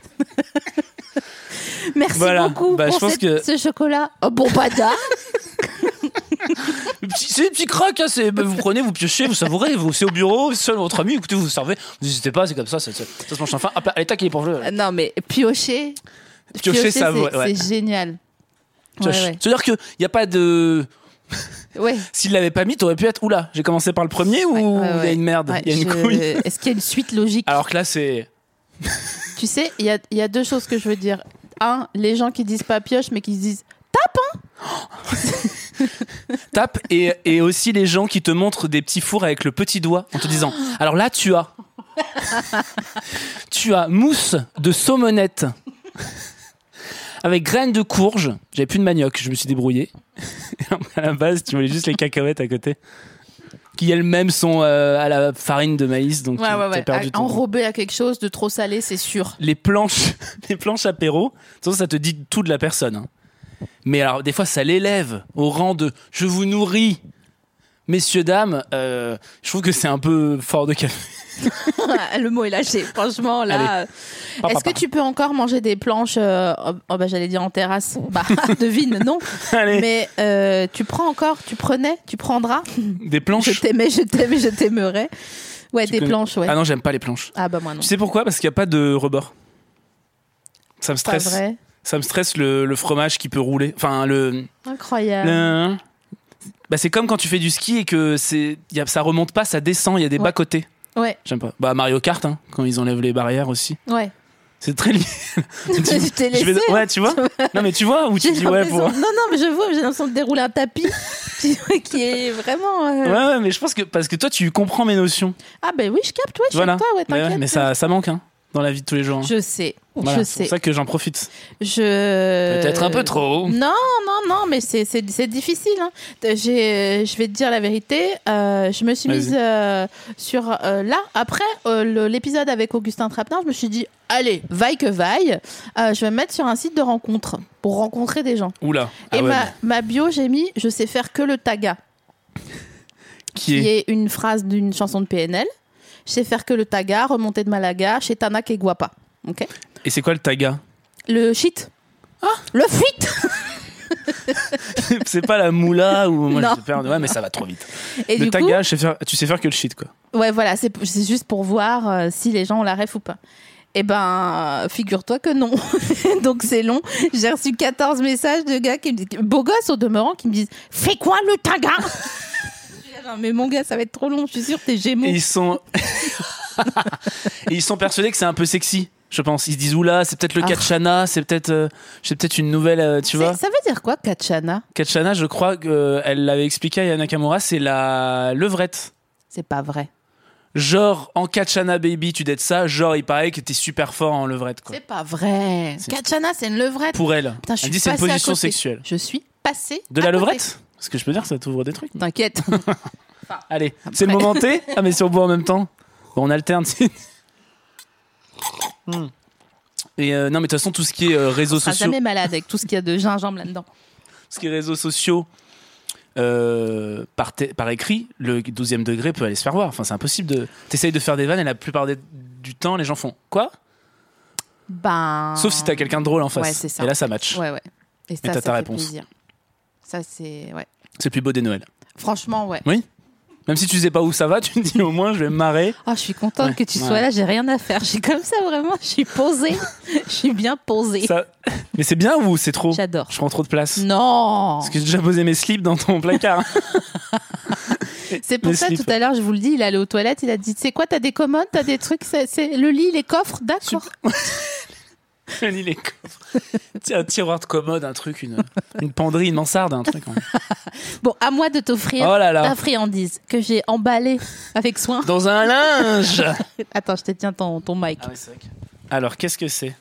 Speaker 3: Merci
Speaker 2: voilà.
Speaker 3: beaucoup
Speaker 2: bah,
Speaker 3: pour
Speaker 2: je pense
Speaker 3: cette,
Speaker 2: que...
Speaker 3: ce chocolat. Oh, bon bada.
Speaker 2: C'est des petits cracks, hein, c'est... Bah, vous prenez, vous piochez, vous savourez, vous, c'est au bureau, seul votre ami, écoutez, vous vous servez. Vous n'hésitez pas, c'est comme ça, ça, ça, ça se mange enfin. Hop là, allez, tac, il est pour jeu.
Speaker 3: Non, mais piocher.
Speaker 2: Piocher, ça
Speaker 3: c'est,
Speaker 2: ouais.
Speaker 3: c'est génial. Ouais, ouais.
Speaker 2: C'est-à-dire qu'il n'y a pas de.
Speaker 3: Ouais.
Speaker 2: S'il l'avait pas mis, t'aurais pu être. Oula, j'ai commencé par le premier ou il
Speaker 3: ouais, ouais,
Speaker 2: y a
Speaker 3: ouais.
Speaker 2: une merde, il
Speaker 3: ouais,
Speaker 2: y a une
Speaker 3: je...
Speaker 2: couille.
Speaker 3: Est-ce qu'il y a une suite logique?
Speaker 2: Alors que là, c'est.
Speaker 3: Tu sais, il y a, y a deux choses que je veux dire. Un, les gens qui disent pas pioche, mais qui se disent tape, hein.
Speaker 2: Tape et, et aussi les gens qui te montrent des petits fours avec le petit doigt en te disant alors là, tu as. tu as mousse de saumonette. Avec graines de courge. J'avais plus de manioc, je me suis débrouillé. À la base, tu voulais juste les cacahuètes à côté. Qui elles-mêmes sont euh, à la farine de maïs, donc
Speaker 3: ouais,
Speaker 2: tu
Speaker 3: ouais,
Speaker 2: as
Speaker 3: ouais.
Speaker 2: perdu ton temps.
Speaker 3: Enrobé à quelque chose de trop salé, c'est sûr.
Speaker 2: Les planches, les planches apéro, de toute façon, ça te dit tout de la personne. Hein. Mais alors, des fois, ça l'élève au rang de « je vous nourris ». Messieurs, dames, euh, je trouve que c'est un peu fort de café.
Speaker 3: Le mot est lâché, franchement, là.
Speaker 2: Allez. Pa,
Speaker 3: Est-ce
Speaker 2: pa,
Speaker 3: que
Speaker 2: pa.
Speaker 3: tu peux encore manger des planches euh, oh, oh, bah, j'allais dire en terrasse. Bah, devine, non.
Speaker 2: Allez.
Speaker 3: Mais euh, tu prends encore, tu prenais, tu prendras.
Speaker 2: Des planches.
Speaker 3: Je t'aimais, je t'aimais, je t'aimerais. Ouais,
Speaker 2: Tu
Speaker 3: des
Speaker 2: connais-
Speaker 3: planches, ouais.
Speaker 2: Ah non, j'aime pas les planches.
Speaker 3: Ah bah moi non.
Speaker 2: Tu sais pourquoi? Parce qu'il n'y a pas de rebord. Ça me
Speaker 3: Pas
Speaker 2: stresse.
Speaker 3: vrai.
Speaker 2: Ça me stresse le, le fromage qui peut rouler. Enfin, le.
Speaker 3: Incroyable.
Speaker 2: le- Bah, c'est comme quand tu fais du ski et que c'est, y a, ça remonte pas, ça descend, il y a des
Speaker 3: Ouais.
Speaker 2: bas-côtés.
Speaker 3: Ouais,
Speaker 2: J'aime pas. Bah, Mario Kart, hein, quand ils enlèvent les barrières aussi.
Speaker 3: ouais.
Speaker 2: C'est très lié.
Speaker 3: Je t'ai laissé.
Speaker 2: Je vais- Ouais, tu vois? Non, mais tu vois, où tu
Speaker 3: J'ai
Speaker 2: dis ouais
Speaker 3: l'impression-
Speaker 2: pour.
Speaker 3: Non, non, mais je vois, j'ai l'impression de dérouler un tapis qui est vraiment. euh,
Speaker 2: Ouais, ouais, mais je pense que parce que toi, tu comprends mes notions.
Speaker 3: Ah ben oui, je capte, ouais, je
Speaker 2: Voilà.
Speaker 3: capte, ouais,
Speaker 2: Mais, ouais,
Speaker 3: t'inquiète.
Speaker 2: mais ça, ça manque, hein, dans la vie de tous les jours. hein.
Speaker 3: Je sais,
Speaker 2: Voilà,
Speaker 3: je
Speaker 2: c'est
Speaker 3: sais.
Speaker 2: pour ça que j'en profite.
Speaker 3: Je.
Speaker 2: Peut-être un peu trop.
Speaker 3: Non, non, non, mais c'est, c'est, c'est difficile. Hein. J'ai, je vais te dire la vérité. euh, je me suis
Speaker 2: Vas-y.
Speaker 3: mise euh, sur euh, là après euh, le- l'épisode avec Augustin Trapenard. Je me suis dit, allez, vaille que vaille, euh, je vais me mettre sur un site de rencontre pour rencontrer des gens.
Speaker 2: Oula.
Speaker 3: Et
Speaker 2: Ah ouais,
Speaker 3: ma, ma bio, j'ai mis, je sais faire que le taga,
Speaker 2: qui
Speaker 3: qui
Speaker 2: est.
Speaker 3: est une phrase d'une chanson de P N L. Je sais faire que le taga, remonter de Malaga, chez Tana et Guapa. Ok.
Speaker 2: Et c'est quoi le taga?
Speaker 3: Le shit. Ah, le fuite.
Speaker 2: C'est pas la moula ou moi
Speaker 3: Non.
Speaker 2: je sais faire. Ouais, mais ça va trop vite.
Speaker 3: Et
Speaker 2: Le
Speaker 3: du coup,
Speaker 2: taga, je sais faire- tu sais faire que le shit, quoi.
Speaker 3: ouais, voilà, c'est, c'est juste pour voir euh, si les gens ont la ref ou pas. Eh ben, euh, figure-toi que non. Donc c'est long. J'ai reçu quatorze messages de gars qui me disent, beaux gosses au demeurant, qui me disent, fais quoi le taga? Non, mais mon gars, ça va être trop long. Je suis sûre t'es Gémeaux.
Speaker 2: Et ils sont. Et ils sont persuadés que c'est un peu sexy, je pense. Ils se disent oula, c'est peut-être le
Speaker 3: Ah.
Speaker 2: Katchana, c'est peut-être, euh, c'est peut-être une nouvelle, euh, tu
Speaker 3: C'est-
Speaker 2: vois.
Speaker 3: ça veut dire quoi, Katchana?
Speaker 2: Katchana, je crois qu'elle l'avait expliqué à Yana Nakamura, c'est la levrette.
Speaker 3: C'est pas vrai.
Speaker 2: Genre en Katchana baby, tu d'être ça. Genre il paraît que t'es super fort en levrette, quoi.
Speaker 3: C'est pas vrai.
Speaker 2: C'est-
Speaker 3: Katchana, c'est une levrette.
Speaker 2: Pour elle.
Speaker 3: Putain, je
Speaker 2: Elle
Speaker 3: suis
Speaker 2: dit c'est une
Speaker 3: passée à
Speaker 2: position
Speaker 3: côté.
Speaker 2: sexuelle.
Speaker 3: Je suis passée.
Speaker 2: De
Speaker 3: à
Speaker 2: la
Speaker 3: côté.
Speaker 2: levrette? Parce que je peux dire, ça t'ouvre des trucs.
Speaker 3: T'inquiète.
Speaker 2: Allez, c'est le moment T. Ah, mais si on boit en même temps. Bon, on alterne. Hmm. Et euh, non, mais de toute façon, tout ce qui est euh, réseaux
Speaker 3: On sera
Speaker 2: sociaux,
Speaker 3: jamais malade avec tout ce qu'il y a de gingembre là-dedans.
Speaker 2: ce qui est réseaux sociaux euh, par, té- par écrit, le douzième degré peut aller se faire voir. Enfin, c'est impossible de. T'essayes de faire des vannes et la plupart des- du temps, les gens font quoi?
Speaker 3: Ben.
Speaker 2: Sauf si t'as quelqu'un de drôle en face.
Speaker 3: Ouais, c'est ça.
Speaker 2: Et là, ça match.
Speaker 3: Ouais, ouais. Et ça,
Speaker 2: t'as
Speaker 3: ça
Speaker 2: ta
Speaker 3: fait
Speaker 2: réponse.
Speaker 3: plaisir. Ça, c'est. Ouais.
Speaker 2: C'est le plus beau des Noëls.
Speaker 3: Franchement, ouais.
Speaker 2: Oui. Même si tu sais pas où ça va, tu te dis au moins je vais me marrer.
Speaker 3: Oh, je suis contente
Speaker 2: Ouais,
Speaker 3: que tu
Speaker 2: ouais.
Speaker 3: sois là, j'ai rien à faire. Je suis comme ça, vraiment. Je suis posée. Je suis bien posée.
Speaker 2: Ça... Mais c'est bien ou c'est trop?
Speaker 3: J'adore.
Speaker 2: Je prends trop de place.
Speaker 3: Non.
Speaker 2: Parce que j'ai déjà posé mes slips dans ton placard.
Speaker 3: C'est pour
Speaker 2: Les
Speaker 3: ça,
Speaker 2: slips.
Speaker 3: tout à l'heure, je vous le dis, il est allé aux toilettes, il a dit, c'est quoi, t'as des commodes, t'as des trucs, c'est, c'est le lit, les coffres, d'accord.
Speaker 2: Le lit, les coffres. Tiens, un tiroir de commode, un truc, une, une penderie, une mansarde, un truc. hein.
Speaker 3: Bon, à moi de t'offrir
Speaker 2: Oh là là.
Speaker 3: ta friandise que j'ai emballée avec soin.
Speaker 2: Dans un linge.
Speaker 3: Attends, je te tiens ton, ton mic.
Speaker 2: Ah oui, c'est vrai que- Alors, qu'est-ce que c'est?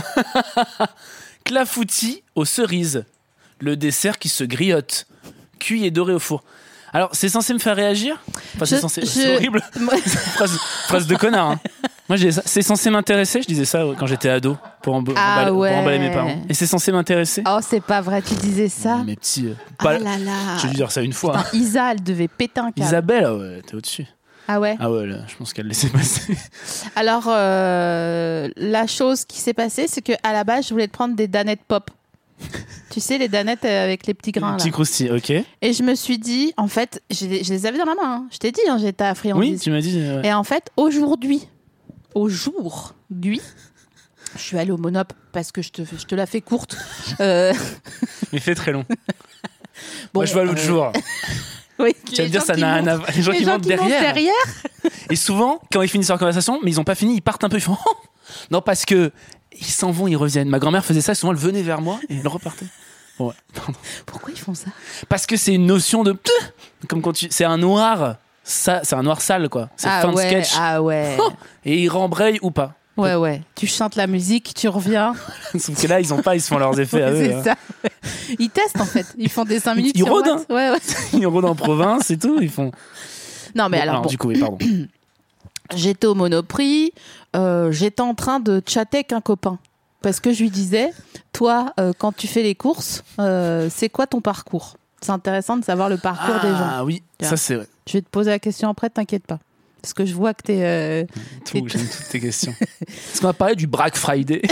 Speaker 2: Clafoutis aux cerises. Le dessert qui se griotte. Cuit et doré au four. Alors, c'est censé me faire réagir? Enfin, c'est
Speaker 3: Je-
Speaker 2: censé...
Speaker 3: je-
Speaker 2: C'est horrible.
Speaker 3: Moi-
Speaker 2: phrase, phrase de connard. Hein. Moi, je disais ça. C'est censé m'intéresser. Je disais ça quand j'étais ado pour, emb-
Speaker 3: Ah
Speaker 2: emballer, pour
Speaker 3: ouais.
Speaker 2: emballer mes parents. Et c'est censé m'intéresser.
Speaker 3: Oh, c'est pas vrai, tu disais ça.
Speaker 2: Mes petits. euh,
Speaker 3: Ah
Speaker 2: pas-
Speaker 3: là là.
Speaker 2: J'ai dû dire ça une fois. hein.
Speaker 3: Putain, Isa, elle devait péter un câble.
Speaker 2: Isabelle, ah ouais, t'es au-dessus.
Speaker 3: Ah ouais.
Speaker 2: Ah ouais, là, je pense qu'elle laissait passer.
Speaker 3: Alors, euh, la chose qui s'est passée, c'est que à la base, je voulais te prendre des danettes pop. Tu sais, les danettes euh, avec les petits grains.
Speaker 2: Petit
Speaker 3: Là.
Speaker 2: croustillant, ok.
Speaker 3: Et je me suis dit, en fait, je les, je les avais dans la main. hein. Je t'ai dit, hein, j'étais à
Speaker 2: Oui,
Speaker 3: friandise.
Speaker 2: tu m'as dit. euh,
Speaker 3: Et en fait, aujourd'hui, au jour d'hui, je suis allée au Monop parce que je te, je te la fais courte. Euh,
Speaker 2: Mais fait très long.
Speaker 3: bon,
Speaker 2: Moi, je vois l'autre
Speaker 3: euh,
Speaker 2: jour.
Speaker 3: Oui,
Speaker 2: Tu vas
Speaker 3: les
Speaker 2: me dire,
Speaker 3: gens
Speaker 2: ça
Speaker 3: qui
Speaker 2: n'a rien
Speaker 3: montent-
Speaker 2: à voir. Les gens
Speaker 3: les
Speaker 2: qui
Speaker 3: gens
Speaker 2: montent
Speaker 3: qui montent
Speaker 2: derrière.
Speaker 3: derrière.
Speaker 2: Et souvent, quand ils finissent leur conversation, mais ils n'ont pas fini, ils partent un peu, ils font oh non, parce que ils s'en vont, ils reviennent. Ma grand-mère faisait ça, souvent elle venait vers moi et elle repartait. Bon, ouais, pardon.
Speaker 3: Pourquoi ils font ça?
Speaker 2: Parce que c'est une notion de comme quand tu c'est un noir, ça, c'est un noir sale quoi. C'est
Speaker 3: Ah
Speaker 2: fin
Speaker 3: ouais,
Speaker 2: de sketch.
Speaker 3: ah ouais.
Speaker 2: Et ils rembrayent ou pas.
Speaker 3: Ouais, ouais. Tu chantes la musique, tu reviens.
Speaker 2: Sauf que là, ils ont pas, ils se font leurs effets à eux.
Speaker 3: c'est
Speaker 2: hein.
Speaker 3: ça. Ils testent en fait. Ils font des cinq minutes.
Speaker 2: Ils
Speaker 3: sur
Speaker 2: rôdent,
Speaker 3: Watt. Ouais, ouais.
Speaker 2: Ils rôdent en province et tout, ils font.
Speaker 3: Non, mais
Speaker 2: Bon,
Speaker 3: alors, bon,
Speaker 2: du coup, oui, pardon.
Speaker 3: j'étais au Monoprix. euh, j'étais en train de chatter avec un copain. Parce que je lui disais, toi, euh, quand tu fais les courses, euh, c'est quoi ton parcours? C'est intéressant de savoir le parcours des gens.
Speaker 2: Ah oui,
Speaker 3: Tiens.
Speaker 2: ça c'est vrai.
Speaker 3: Je vais te poser la question après, t'inquiète pas. Parce que je vois que t'es... euh,
Speaker 2: Tout,
Speaker 3: Et-
Speaker 2: j'aime toutes tes questions. Est-ce qu'on va parler du Black Friday?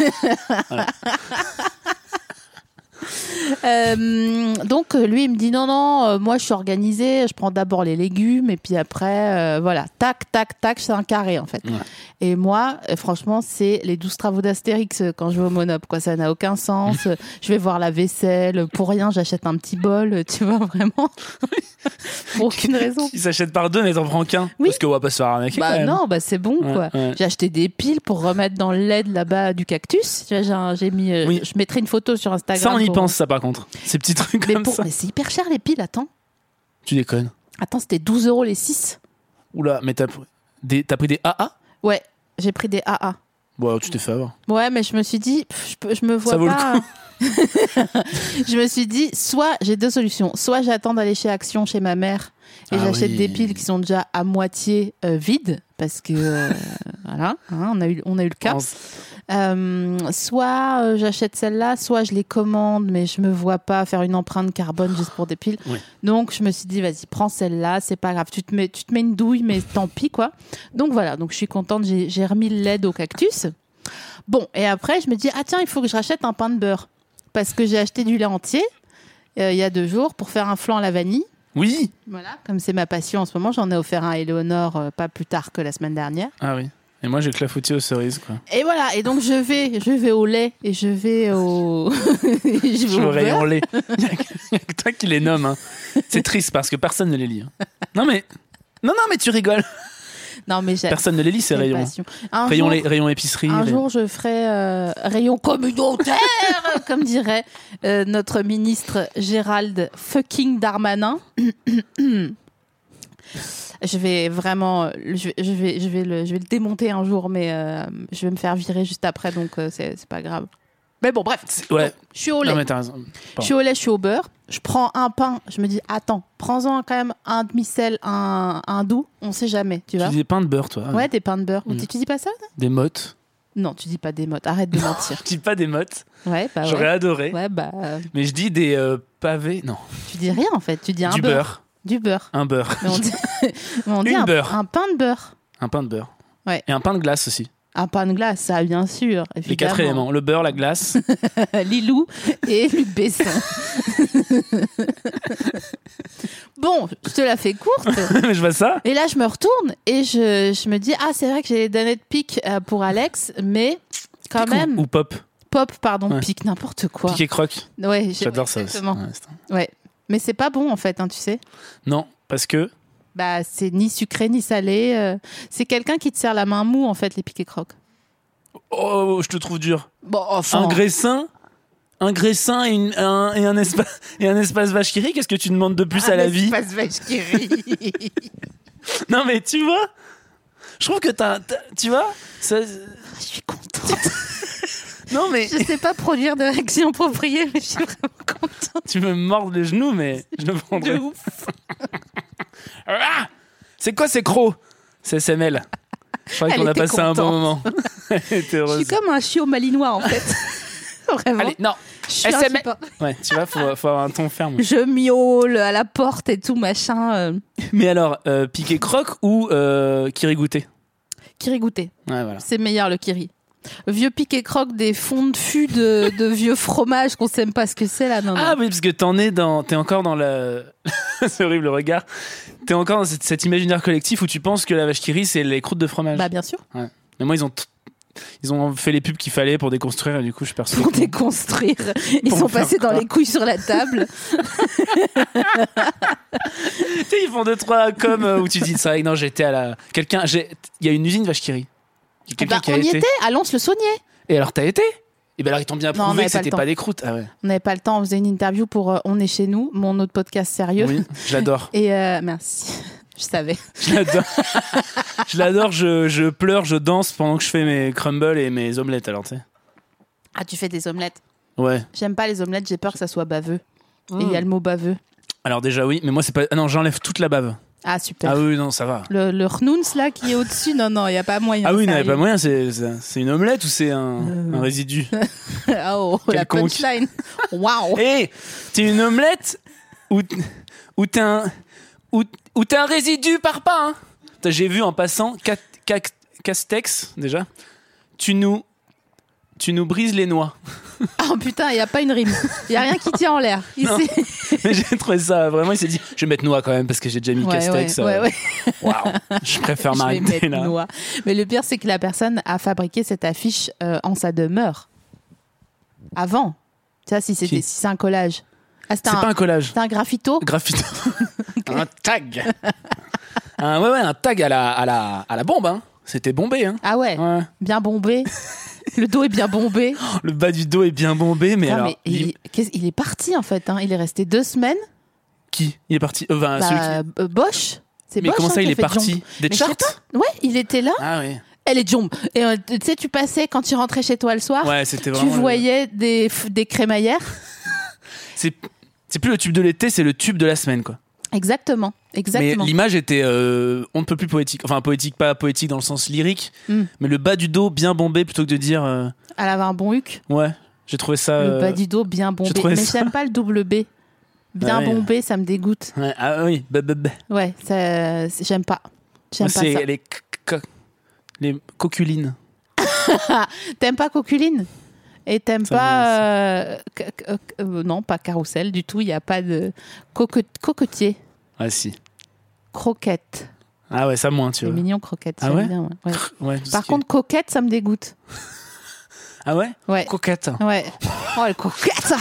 Speaker 3: Euh, donc lui il me dit non non euh, moi je suis organisée, je prends d'abord les légumes et puis après euh, voilà tac tac tac, c'est un carré en fait.
Speaker 2: Ouais.
Speaker 3: Et moi euh, franchement c'est les douze travaux d'Astérix euh, quand je vais au Monop quoi, ça n'a aucun sens. Je vais voir la vaisselle, pour rien j'achète un petit bol, tu vois vraiment. Pour aucune raison.
Speaker 2: Ils s'achètent par deux mais t'en prends qu'un.
Speaker 3: Oui.
Speaker 2: Parce qu'on va pas se faire arnaquer quand
Speaker 3: Bah
Speaker 2: même.
Speaker 3: non, bah c'est bon
Speaker 2: Ouais,
Speaker 3: quoi.
Speaker 2: ouais.
Speaker 3: J'ai acheté des piles pour remettre dans le L E D là-bas du cactus. Tu vois, j'ai, un- j'ai mis, euh,
Speaker 2: Oui.
Speaker 3: je mettrai une photo sur Instagram.
Speaker 2: Ça on y
Speaker 3: pour-
Speaker 2: pense ça par contre. Ces petits trucs
Speaker 3: Mais,
Speaker 2: comme
Speaker 3: pour-
Speaker 2: ça.
Speaker 3: mais c'est hyper cher les piles, attends.
Speaker 2: Tu déconnes.
Speaker 3: Attends, c'était douze euros les six.
Speaker 2: Oula, mais t'as pr- des, t'as pris des A A?
Speaker 3: Ouais, j'ai pris des A A.
Speaker 2: Bon, tu t'es fait avoir.
Speaker 3: Ouais, mais je me suis dit, pff, je, peux- je me vois
Speaker 2: Ça vaut le
Speaker 3: pas. Je me suis dit, soit j'ai deux solutions. Soit j'attends d'aller chez Action, chez ma mère, et
Speaker 2: Ah
Speaker 3: j'achète
Speaker 2: oui.
Speaker 3: des piles qui sont déjà à moitié euh, vides, parce que euh, voilà, hein, on a eu, on a eu le cas.
Speaker 2: Pense-
Speaker 3: Euh, soit euh, j'achète celle-là, soit je les commande, mais je me vois pas faire une empreinte carbone juste pour des piles.
Speaker 2: Oui.
Speaker 3: Donc je me suis dit, vas-y, prends celle-là, c'est pas grave. Tu te mets, tu te mets une douille, mais tant pis quoi. Donc voilà, donc je suis contente, j'ai, j'ai remis le L E D au cactus. Bon, et après je me dis, ah tiens, il faut que je rachète un pain de beurre. Parce que j'ai acheté du lait entier euh, il y a deux jours pour faire un flan à la vanille.
Speaker 2: Oui.
Speaker 3: Voilà, comme c'est ma passion en ce moment, j'en ai offert un à Éléonore euh, pas plus tard que la semaine dernière.
Speaker 2: Ah oui. Et moi j'ai clafoutis aux cerises quoi.
Speaker 3: Et voilà, et donc je vais, je vais au lait et je vais au, je vais
Speaker 2: Je
Speaker 3: au
Speaker 2: me rayon
Speaker 3: beurre.
Speaker 2: lait. Il y a que il y a que toi qui les nomme. Hein. C'est triste parce que personne ne les lit. hein. Non mais. Non, non, mais tu rigoles.
Speaker 3: Non mais j'ai
Speaker 2: Personne ne les lit ces
Speaker 3: j'ai
Speaker 2: rayons.
Speaker 3: passion. Un
Speaker 2: Rayon,
Speaker 3: jour,
Speaker 2: lait- rayon épicerie.
Speaker 3: un
Speaker 2: rayon-
Speaker 3: jour, je ferai euh, rayon communautaire, comme dirait euh, notre ministre Gérald fucking Darmanin. Je vais vraiment, je vais, je vais, je vais le, je vais le démonter un jour, mais euh, je vais me faire virer juste après, donc euh, c'est, c'est pas grave. Mais bon, bref.
Speaker 2: C'est- Ouais.
Speaker 3: Je suis au lait.
Speaker 2: Non mais t'as raison.
Speaker 3: Je suis au lait, je suis au beurre. Je prends un pain. Je me dis, attends, prends-en quand même un demi-sel, un, un doux. On sait jamais, tu
Speaker 2: Tu
Speaker 3: vois.
Speaker 2: dis des pains de beurre toi.
Speaker 3: Ouais, des pains de beurre.
Speaker 2: Mm.
Speaker 3: Tu, tu dis pas ça?
Speaker 2: Des mottes.
Speaker 3: Non, tu dis pas des mottes. Arrête de mentir.
Speaker 2: Je dis pas des mottes.
Speaker 3: Ouais, bah
Speaker 2: J'aurais
Speaker 3: ouais.
Speaker 2: adoré.
Speaker 3: Ouais, bah, euh,
Speaker 2: Mais je dis des euh, pavés. Non.
Speaker 3: tu dis rien en fait. Tu dis un
Speaker 2: du
Speaker 3: beurre.
Speaker 2: beurre.
Speaker 3: Du beurre.
Speaker 2: Un beurre.
Speaker 3: Mais on dit, mais on dit
Speaker 2: Une
Speaker 3: un,
Speaker 2: beurre.
Speaker 3: un pain de beurre.
Speaker 2: Un pain de beurre.
Speaker 3: Ouais.
Speaker 2: Et un pain de glace aussi.
Speaker 3: Un pain de glace, ça, bien sûr.
Speaker 2: Les
Speaker 3: Évidemment.
Speaker 2: quatre éléments. Le beurre, la glace.
Speaker 3: Lilou et Luc Besson. Bon, je te la fais courte.
Speaker 2: Mais je vois ça.
Speaker 3: Et là, je me retourne et je, je me dis, ah, c'est vrai que j'ai les danettes pique euh, pour Alex, mais quand
Speaker 2: Pique ou-
Speaker 3: même,
Speaker 2: Ou pop.
Speaker 3: pop, pardon,
Speaker 2: Ouais.
Speaker 3: pique, n'importe quoi.
Speaker 2: Pique et croque.
Speaker 3: Ouais, j'ai-
Speaker 2: J'adore ça aussi.
Speaker 3: exactement.
Speaker 2: Ouais, c'est-
Speaker 3: Ouais. Mais c'est pas bon, en fait, hein, tu sais.
Speaker 2: Non, parce que.
Speaker 3: Bah, c'est ni sucré ni salé. euh, C'est quelqu'un qui te serre la main mou, en fait, les piquets crocs.
Speaker 2: Oh, je te trouve dur.
Speaker 3: Bon, enfin.
Speaker 2: Un graissin un graissin et, une, un, et, un espace, et un espace vache qui rit, qu'est-ce que tu demandes de plus à la vie?
Speaker 3: Un espace vache qui rit.
Speaker 2: Non mais tu vois, je trouve que t'as, t'as tu vois ça...
Speaker 3: Je suis contente.
Speaker 2: Non mais
Speaker 3: Je sais pas produire de réaction appropriée, mais je suis vraiment contente.
Speaker 2: tu me mords les genoux, mais je le prendrai.
Speaker 3: De ouf.
Speaker 2: Ah, c'est quoi ces crocs? C'est S M L. Je crois
Speaker 3: Elle
Speaker 2: qu'on a
Speaker 3: était
Speaker 2: passé un bon
Speaker 3: contente.
Speaker 2: moment. Elle était
Speaker 3: Je
Speaker 2: heureuse.
Speaker 3: suis comme un chiot malinois, en fait. Vraiment.
Speaker 2: Allez, non.
Speaker 3: Je suis
Speaker 2: S M L.
Speaker 3: insupportable.
Speaker 2: Ouais, tu vois, faut, faut avoir un ton ferme.
Speaker 3: Je miaule à la porte et tout, machin. Euh...
Speaker 2: Mais alors, euh, piqué croque ou euh, kiri goûté?
Speaker 3: Kiri goûté.
Speaker 2: Ouais, voilà.
Speaker 3: C'est meilleur, le kiri. Vieux piqué croque, des fonds de fût de, de vieux fromage qu'on sait même pas ce que c'est, là. Non, non.
Speaker 2: Ah oui, parce que t'en es dans, t'es encore dans la, c'est horrible le regard. T'es encore dans cette, cet imaginaire collectif où tu penses que la vache qui rit, c'est les croûtes de fromage.
Speaker 3: Bah, bien sûr.
Speaker 2: Ouais. Mais moi, ils ont, t- ils ont fait les pubs qu'il fallait pour déconstruire et du coup, je perçois.
Speaker 3: Pour déconstruire. Ils
Speaker 2: Pour
Speaker 3: sont
Speaker 2: faire
Speaker 3: passés dans
Speaker 2: quoi
Speaker 3: les couilles sur la table.
Speaker 2: Tu sais, ils font deux trois comme où tu dis, c'est vrai que non, j'étais à la, quelqu'un, j'ai, il y a une usine vache qui rit. Il y a quelqu'un
Speaker 3: Bah,
Speaker 2: qui a
Speaker 3: on y
Speaker 2: été.
Speaker 3: était, à Lons-le-Saunier.
Speaker 2: Et alors, t'as été? Et ben alors, ils t'ont bien
Speaker 3: Non, on
Speaker 2: prouvé
Speaker 3: n'avait
Speaker 2: que
Speaker 3: pas le
Speaker 2: c'était
Speaker 3: temps.
Speaker 2: pas des croûtes. Ah ouais.
Speaker 3: On n'avait pas le temps, on faisait une interview pour euh, On est chez nous, mon autre podcast sérieux.
Speaker 2: Oui, je l'adore.
Speaker 3: Et euh, merci, je savais.
Speaker 2: Je l'adore. Je l'adore, je, je pleure, je danse pendant que je fais mes crumbles et mes omelettes, alors tu sais.
Speaker 3: Ah, tu fais des omelettes.
Speaker 2: Ouais.
Speaker 3: J'aime pas les omelettes, j'ai peur que ça soit baveux. Et il y a le mot baveux.
Speaker 2: Alors déjà oui, mais moi c'est pas... Ah non, j'enlève toute la bave.
Speaker 3: Ah, super.
Speaker 2: Ah oui, non, ça va.
Speaker 3: Le, le rnouns, là, qui est au-dessus, non, non, il n'y a pas moyen.
Speaker 2: Ah oui, il n'y avait
Speaker 3: sérieux.
Speaker 2: pas moyen, c'est, c'est, c'est une omelette ou c'est un,
Speaker 3: Euh.
Speaker 2: un résidu?
Speaker 3: Ah, oh, la
Speaker 2: Quelconque.
Speaker 3: punchline. Waouh.
Speaker 2: Hé, t'es une omelette ou, ou t'es un... Ou, ou t'es un résidu par pas, hein. T'as- J'ai vu en passant Ca- Ca- Castex, déjà. Tu nous... Tu nous brises les noix.
Speaker 3: Oh putain, il n'y a pas une rime. Il n'y a rien qui tient en l'air. Il
Speaker 2: Non.
Speaker 3: s'est-
Speaker 2: Mais j'ai trouvé ça, vraiment, il s'est dit, je vais mettre noix quand même parce que j'ai déjà mis
Speaker 3: Ouais,
Speaker 2: Castex.
Speaker 3: ouais, ouais,
Speaker 2: euh,
Speaker 3: ouais.
Speaker 2: Waouh, je préfère
Speaker 3: Je vais
Speaker 2: m'arrêter
Speaker 3: mettre
Speaker 2: là.
Speaker 3: noix. Mais le pire, c'est que la personne a fabriqué cette affiche euh, en sa demeure. Avant. Tu vois, si, c'était,
Speaker 2: Qui
Speaker 3: si c'est un collage. Ah, c'était
Speaker 2: C'est
Speaker 3: un,
Speaker 2: pas un collage.
Speaker 3: c'était un graffito.
Speaker 2: Graffito. Un tag. Un, ouais, ouais, un tag à la, à la, à la bombe. Hein. C'était bombé. Hein.
Speaker 3: Ah ouais,
Speaker 2: Ouais.
Speaker 3: bien bombé. Le dos est bien bombé.
Speaker 2: Le bas du dos est bien bombé, mais
Speaker 3: Putain,
Speaker 2: alors.
Speaker 3: mais il,
Speaker 2: il-
Speaker 3: est, qu'est-ce- il est parti en fait. Hein. Il est resté deux semaines.
Speaker 2: Qui Il est parti. euh, Enfin,
Speaker 3: Bah,
Speaker 2: celui qui-
Speaker 3: euh, Bosch. C'est
Speaker 2: Mais
Speaker 3: Bosch,
Speaker 2: comment
Speaker 3: hein,
Speaker 2: ça,
Speaker 3: qui
Speaker 2: il
Speaker 3: a
Speaker 2: est
Speaker 3: fait
Speaker 2: parti
Speaker 3: Jump.
Speaker 2: Des
Speaker 3: Mais je sais
Speaker 2: charts
Speaker 3: pas. Ouais, il était là.
Speaker 2: Ah oui.
Speaker 3: Elle est jump. Et euh, tu sais, tu passais quand tu rentrais chez toi le soir.
Speaker 2: Ouais, c'était
Speaker 3: Tu
Speaker 2: vraiment. le-
Speaker 3: voyais des, f- des crémaillères.
Speaker 2: C'est, c'est plus le tube de l'été, c'est le tube de la semaine, quoi.
Speaker 3: Exactement. Exactement.
Speaker 2: Mais l'image était euh, on ne peut plus poétique. Enfin, poétique, pas poétique dans le sens lyrique,
Speaker 3: Mm.
Speaker 2: mais le bas du dos bien bombé plutôt que de dire. euh,
Speaker 3: Elle avait un bon huc.
Speaker 2: Ouais, j'ai trouvé ça.
Speaker 3: Le
Speaker 2: euh,
Speaker 3: bas du dos bien bombé.
Speaker 2: trouvais
Speaker 3: Mais
Speaker 2: ça-
Speaker 3: j'aime pas le double B. Bien
Speaker 2: Ah ouais.
Speaker 3: bombé, ça me dégoûte.
Speaker 2: ouais, ah oui, bah, bah, bah.
Speaker 3: Ouais, ça, c'est- j'aime pas. J'aime
Speaker 2: Moi,
Speaker 3: pas
Speaker 2: c'est
Speaker 3: ça.
Speaker 2: les, co- les coculines.
Speaker 3: T'aimes pas Coculine? Et t'aimes
Speaker 2: Ça
Speaker 3: pas... euh, c- c- euh, non, pas Carrousel du tout. Il n'y a pas de... Coque- cocotier.
Speaker 2: Ah si.
Speaker 3: Croquette.
Speaker 2: Ah ouais, ça moins, tu
Speaker 3: C'est
Speaker 2: vois.
Speaker 3: mignon, croquette.
Speaker 2: Ah
Speaker 3: j'aime
Speaker 2: ouais
Speaker 3: bien, ouais. Ouais.
Speaker 2: Ouais, tout ce
Speaker 3: Par
Speaker 2: qui
Speaker 3: contre, coquette, ça me dégoûte.
Speaker 2: est- Ah ouais
Speaker 3: Ouais.
Speaker 2: Coquette.
Speaker 3: Ouais. Oh, le coquette.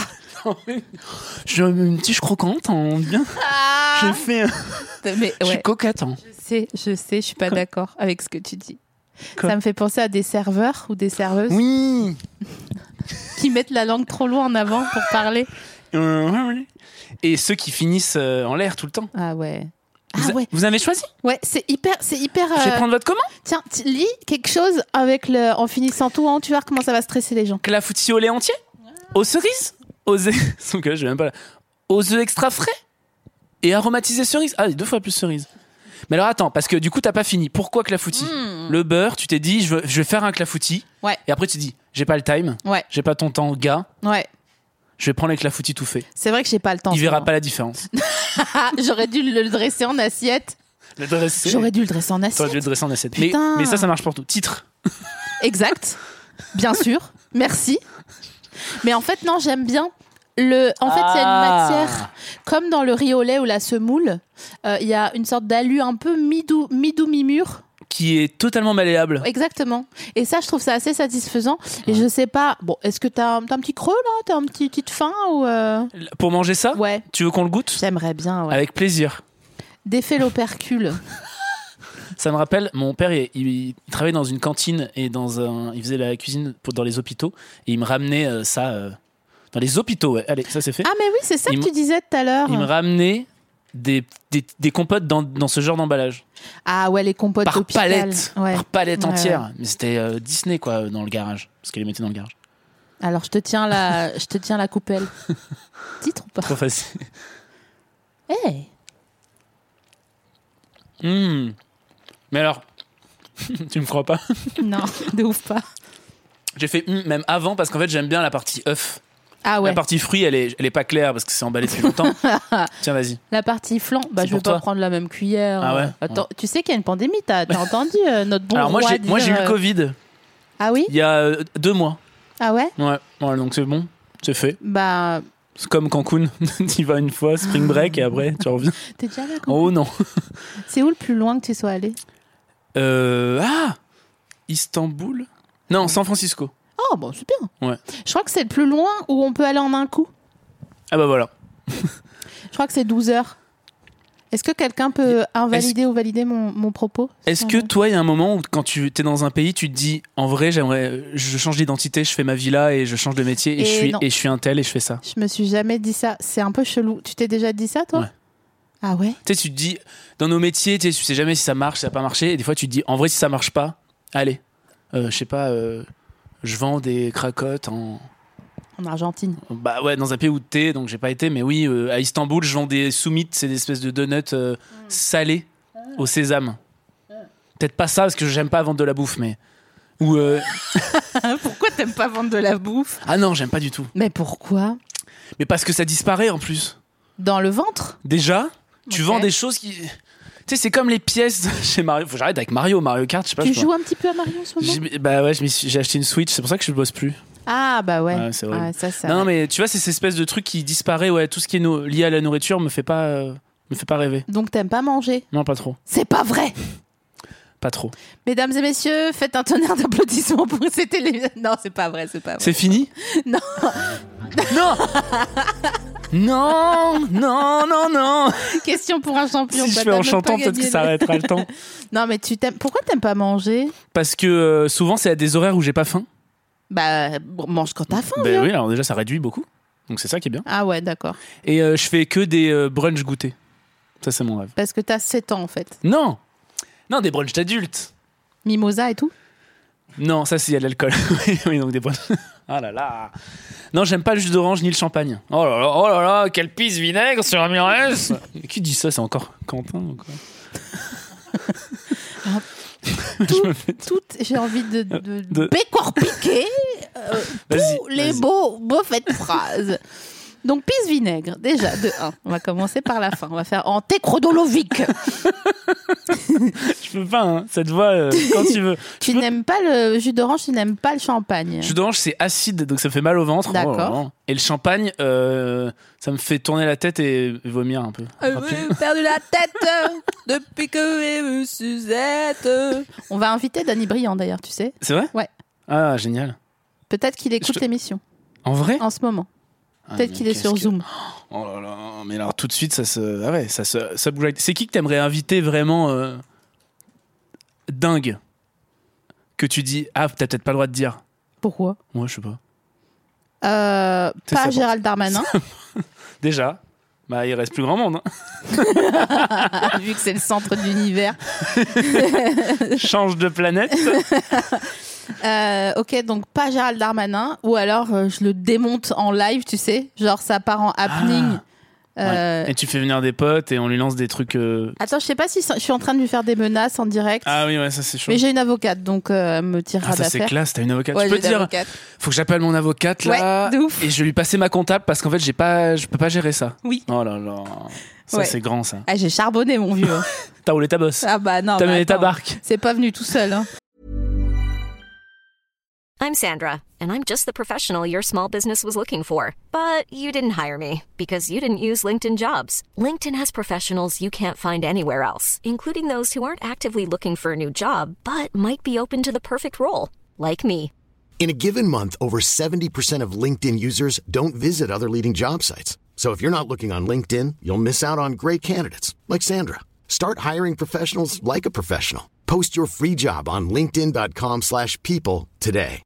Speaker 2: Je une tige croquante, hein, bien.
Speaker 3: Ah
Speaker 2: Je fais.
Speaker 3: Mais
Speaker 2: Je
Speaker 3: ouais,
Speaker 2: suis coquette. Hein.
Speaker 3: je sais, je sais, je suis pas d'accord avec ce que tu dis.
Speaker 2: Quoi
Speaker 3: Ça me fait penser à des serveurs ou des serveuses
Speaker 2: Oui.
Speaker 3: qui mettent la langue trop loin en avant pour parler.
Speaker 2: Euh, ouais, ouais. Et ceux qui finissent euh, en l'air tout le temps.
Speaker 3: Ah ouais.
Speaker 2: Vous,
Speaker 3: Ah
Speaker 2: a-
Speaker 3: ouais.
Speaker 2: vous avez choisi
Speaker 3: Ouais, c'est hyper, c'est hyper.
Speaker 2: Je vais
Speaker 3: euh,
Speaker 2: prendre votre commande.
Speaker 3: Tiens, tu lis quelque chose avec le, en finissant tout en, tu vois comment ça va stresser les gens.
Speaker 2: Clafoutis au lait entier, aux cerises, aux œufs. Son que je vais même pas là. Aux œufs extra frais et aromatisés cerises. Ah, deux fois plus cerises. Mais alors attends, parce que du coup t'as pas fini. Pourquoi clafoutis Le beurre, tu t'es dit je, veux- je vais faire un clafoutis.
Speaker 3: Ouais.
Speaker 2: Et après tu te dis j'ai pas le time,
Speaker 3: Ouais,
Speaker 2: j'ai pas ton temps, gars.
Speaker 3: ouais.
Speaker 2: Je vais prendre les clafoutis tout fait.
Speaker 3: C'est vrai que j'ai pas le temps.
Speaker 2: Il verra
Speaker 3: sinon.
Speaker 2: pas la différence.
Speaker 3: Ah, j'aurais dû le dresser en assiette.
Speaker 2: Le dresser.
Speaker 3: J'aurais dû le dresser en
Speaker 2: T'aurais dû
Speaker 3: assiette.
Speaker 2: le dresser en assiette. Mais,
Speaker 3: Putain.
Speaker 2: mais ça, ça marche pour tout. Titre.
Speaker 3: Exact. Bien sûr. Merci. Mais en fait, non, j'aime bien. Le, en fait, il y a
Speaker 2: Ah.
Speaker 3: une matière, comme dans le riz au lait ou la semoule, euh, il y a une sorte d'alu un peu mi-doux, mi-doux, mi-mûr.
Speaker 2: Qui est totalement malléable.
Speaker 3: Exactement. Et ça, je trouve ça assez satisfaisant. Et je sais pas, bon, est-ce que t'as, un- t'as un petit creux là? T'as un petit petite faim ou euh...
Speaker 2: Pour manger ça,
Speaker 3: Ouais,
Speaker 2: tu veux qu'on le goûte
Speaker 3: j'aimerais bien. Ouais.
Speaker 2: Avec plaisir.
Speaker 3: D'effet l'opercule.
Speaker 2: Ça me rappelle, mon père, il, il, il travaillait dans une cantine et dans un, il faisait la cuisine pour, dans les hôpitaux et il me ramenait euh, ça euh, dans les hôpitaux. Ouais. Allez, ça c'est fait.
Speaker 3: Ah mais oui, c'est ça
Speaker 2: il
Speaker 3: que tu disais tout à l'heure.
Speaker 2: Il me ramenait des, des, des compotes dans, dans ce genre d'emballage.
Speaker 3: Ah ouais, les compotes
Speaker 2: Par
Speaker 3: d'hôpital.
Speaker 2: palette,
Speaker 3: Ouais.
Speaker 2: par palette
Speaker 3: Ouais,
Speaker 2: entière.
Speaker 3: ouais.
Speaker 2: Mais c'était euh, Disney quoi dans le garage, parce qu'elle les mettait dans le garage.
Speaker 3: Alors je te tiens la, je te tiens la coupelle. Titre ou pas?
Speaker 2: Trop facile.
Speaker 3: Hey.
Speaker 2: Mmh. Mais alors, tu me crois pas?
Speaker 3: Non, de ouf pas.
Speaker 2: J'ai fait mmh, même avant parce qu'en fait j'aime bien la partie œuf.
Speaker 3: Ah ouais.
Speaker 2: La partie fruit, elle est, elle est pas claire parce que c'est emballé depuis longtemps. Tiens, vas-y.
Speaker 3: La partie flan, bah
Speaker 2: C'est
Speaker 3: je vais
Speaker 2: pour
Speaker 3: pas
Speaker 2: toi.
Speaker 3: prendre la même cuillère.
Speaker 2: Ah ouais.
Speaker 3: Attends, tu sais qu'il y a une pandémie, t'as, t'as entendu euh, notre bon
Speaker 2: Alors moi
Speaker 3: roi
Speaker 2: j'ai, moi
Speaker 3: dire,
Speaker 2: j'ai eu le
Speaker 3: euh,
Speaker 2: Covid
Speaker 3: Ah oui.
Speaker 2: il y a euh, deux mois.
Speaker 3: Ah ouais.
Speaker 2: Ouais. Voilà, donc c'est bon, c'est fait.
Speaker 3: Bah
Speaker 2: C'est comme Cancun, tu y vas une fois, spring break et après tu reviens.
Speaker 3: t'es déjà là. Quand
Speaker 2: Oh non.
Speaker 3: C'est où le plus loin que tu sois allé?
Speaker 2: Euh, ah, Istanbul. Non, San Francisco.
Speaker 3: Oh bon, c'est bien.
Speaker 2: Ouais.
Speaker 3: Je crois que c'est le plus loin où on peut aller en un coup.
Speaker 2: Ah bah voilà.
Speaker 3: Je crois que c'est douze heures. Est-ce que quelqu'un peut invalider ou valider mon, mon propos?
Speaker 2: Est-ce que toi, il y a un moment où quand tu es dans un pays, tu te dis, en vrai, j'aimerais, je change d'identité, je fais ma vie là et je change de métier et,
Speaker 3: Et
Speaker 2: je suis
Speaker 3: non.
Speaker 2: et je suis un tel et je fais ça.
Speaker 3: Je me suis jamais dit ça. C'est un peu chelou. Tu t'es déjà dit ça, toi?
Speaker 2: Ouais.
Speaker 3: Ah ouais?
Speaker 2: Tu sais, tu te dis, dans nos métiers, tu sais, tu sais jamais si ça marche, si ça n'a pas marché. Et des fois, tu te dis, en vrai, si ça marche pas, allez, euh, je sais pas, euh, je vends des cracottes en.
Speaker 3: En Argentine.
Speaker 2: Bah ouais, dans un pays où t'es, donc j'ai pas été, mais oui, euh, à Istanbul, je vends des soumites, c'est des espèces de donuts euh, salés au sésame. Peut-être pas ça, parce que j'aime pas vendre de la bouffe, mais. Ou. euh,
Speaker 3: Pourquoi t'aimes pas vendre de la bouffe?
Speaker 2: Ah non, j'aime pas du tout.
Speaker 3: Mais pourquoi?
Speaker 2: Mais parce que ça disparaît en plus.
Speaker 3: Dans le ventre?
Speaker 2: Déjà, tu
Speaker 3: Ok.
Speaker 2: vends des choses qui. Tu sais, c'est comme les pièces chez Mario. Faut que j'arrête avec Mario, Mario Kart, je sais pas.
Speaker 3: Tu
Speaker 2: je
Speaker 3: joues un petit peu à Mario en ce moment?
Speaker 2: J'ai- Bah ouais, je m'y suis- j'ai acheté une Switch, c'est pour ça que je bosse plus.
Speaker 3: Ah bah ouais.
Speaker 2: Ouais, c'est horrible.
Speaker 3: Ouais, ça, ça,
Speaker 2: Non,
Speaker 3: ouais.
Speaker 2: mais tu vois, c'est cette espèce de truc qui disparaît, ouais, tout ce qui est no- lié à la nourriture me fait pas, euh, me fait pas rêver.
Speaker 3: Donc t'aimes pas manger?
Speaker 2: Non, pas trop.
Speaker 3: C'est pas vrai!
Speaker 2: Pas trop.
Speaker 3: Mesdames et messieurs, faites un tonnerre d'applaudissements pour cette télé. Non, c'est pas vrai, c'est pas vrai.
Speaker 2: C'est fini?
Speaker 3: Non.
Speaker 2: Non! Non, non, non, non!
Speaker 3: Question pour un champion.
Speaker 2: Si je
Speaker 3: Bah,
Speaker 2: fais
Speaker 3: t'as
Speaker 2: en
Speaker 3: même
Speaker 2: chantant,
Speaker 3: pas
Speaker 2: peut-être que
Speaker 3: gagné
Speaker 2: ça
Speaker 3: le-
Speaker 2: arrêtera le temps.
Speaker 3: Non, mais tu t'aimes. Pourquoi t'aimes pas manger?
Speaker 2: Parce que euh, souvent, c'est à des horaires où j'ai pas faim.
Speaker 3: Bah, bon, mange quand t'as faim.
Speaker 2: Ben
Speaker 3: viens.
Speaker 2: oui, alors déjà, ça réduit beaucoup. Donc c'est ça qui est bien.
Speaker 3: Ah ouais, d'accord.
Speaker 2: Et euh, je fais que des euh, brunchs goûtés. Ça, c'est mon rêve.
Speaker 3: Parce que t'as sept ans en fait.
Speaker 2: Non! Non, des brunchs d'adultes.
Speaker 3: Mimosa et tout.
Speaker 2: Non, ça, c'est il y a de l'alcool. oui, oui, donc des brunchs. Ah là là. Non, j'aime pas le jus d'orange ni le champagne. Oh là là, oh là là, quelle pisse vinaigre sur Ramirez. Qui dit ça? C'est encore Quentin ou quoi?
Speaker 3: Tout, tout, j'ai envie de, de,
Speaker 2: De-
Speaker 3: décorpiquer euh,
Speaker 2: Vas-y,
Speaker 3: tous les
Speaker 2: vas-y.
Speaker 3: beaux, beaux faits de phrases. Donc, pisse vinaigre, déjà, de un. On va commencer par la fin. On va faire en técrodolovique.
Speaker 2: Je peux pas, hein. Cette voix, euh, quand tu veux.
Speaker 3: Tu
Speaker 2: Je peux-
Speaker 3: n'aimes pas le jus d'orange, tu n'aimes pas le champagne.
Speaker 2: Le jus d'orange, c'est acide, donc ça fait mal au ventre.
Speaker 3: D'accord.
Speaker 2: Oh là là. Et le champagne, euh, ça me fait tourner la tête et vomir un peu. Rapide.
Speaker 3: perdu la tête depuis que j'ai vu Suzette. On va inviter Danny Briand d'ailleurs, tu sais.
Speaker 2: C'est vrai?
Speaker 3: Ouais.
Speaker 2: Ah, génial.
Speaker 3: Peut-être qu'il écoute
Speaker 2: Je te-
Speaker 3: l'émission
Speaker 2: En vrai?
Speaker 3: en ce moment.
Speaker 2: Ah,
Speaker 3: Peut-être
Speaker 2: mais
Speaker 3: qu'il est
Speaker 2: qu'est-ce
Speaker 3: sur
Speaker 2: que-
Speaker 3: Zoom.
Speaker 2: Oh là là, mais alors tout de suite, ça se. Ah ouais, ça se. Ça bouge. C'est qui que t'aimerais inviter vraiment euh, dingue? Que tu dis, ah, t'as peut-être pas le droit de dire.
Speaker 3: Pourquoi
Speaker 2: Moi, je sais pas.
Speaker 3: euh,
Speaker 2: C'est
Speaker 3: Pas
Speaker 2: ça,
Speaker 3: Gérald Darmanin,
Speaker 2: Déjà, bah, il reste plus grand monde. Hein.
Speaker 3: vu que c'est le centre de l'univers.
Speaker 2: Change de planète.
Speaker 3: Euh, ok, donc pas Gérald Darmanin, ou alors euh, je le démonte en live, tu sais, genre ça part en happening. Euh,
Speaker 2: Ouais. Et tu fais venir des potes et on lui lance des trucs. euh,
Speaker 3: Attends, je sais pas si ça- je suis en train de lui faire des menaces en direct,
Speaker 2: Ah oui, ouais, ça c'est chaud.
Speaker 3: mais j'ai une avocate, donc euh, elle me tirera
Speaker 2: Ah, ça c'est
Speaker 3: d'affaire.
Speaker 2: classe, t'as une avocate.
Speaker 3: Ouais,
Speaker 2: tu peux
Speaker 3: j'ai
Speaker 2: te dire,
Speaker 3: l'avocate.
Speaker 2: faut que j'appelle mon avocate là.
Speaker 3: Ouais, de ouf.
Speaker 2: Et je vais lui passer ma comptable parce qu'en fait, j'ai pas, je peux pas gérer ça.
Speaker 3: Oui.
Speaker 2: Oh là là. Ça
Speaker 3: Ouais.
Speaker 2: c'est grand ça.
Speaker 3: Ah, j'ai charbonné, mon vieux.
Speaker 2: T'as roulé ta bosse.
Speaker 3: Ah bah non.
Speaker 2: T'as
Speaker 3: mais
Speaker 2: mené ta
Speaker 3: attends.
Speaker 2: barque.
Speaker 3: C'est pas venu tout seul. Hein.
Speaker 5: I'm Sandra, and I'm just the professional your small business was looking for. But you didn't hire me because you didn't use LinkedIn Jobs. LinkedIn has professionals you can't find anywhere else, including those who aren't actively looking for a new job, but might be open to the perfect role, like me.
Speaker 6: In a given month, over seventy percent of LinkedIn users don't visit other leading job sites. So if you're not looking on LinkedIn, you'll miss out on great candidates like Sandra. Start hiring professionals like a professional. Post your free job on linkedin.com slash people today.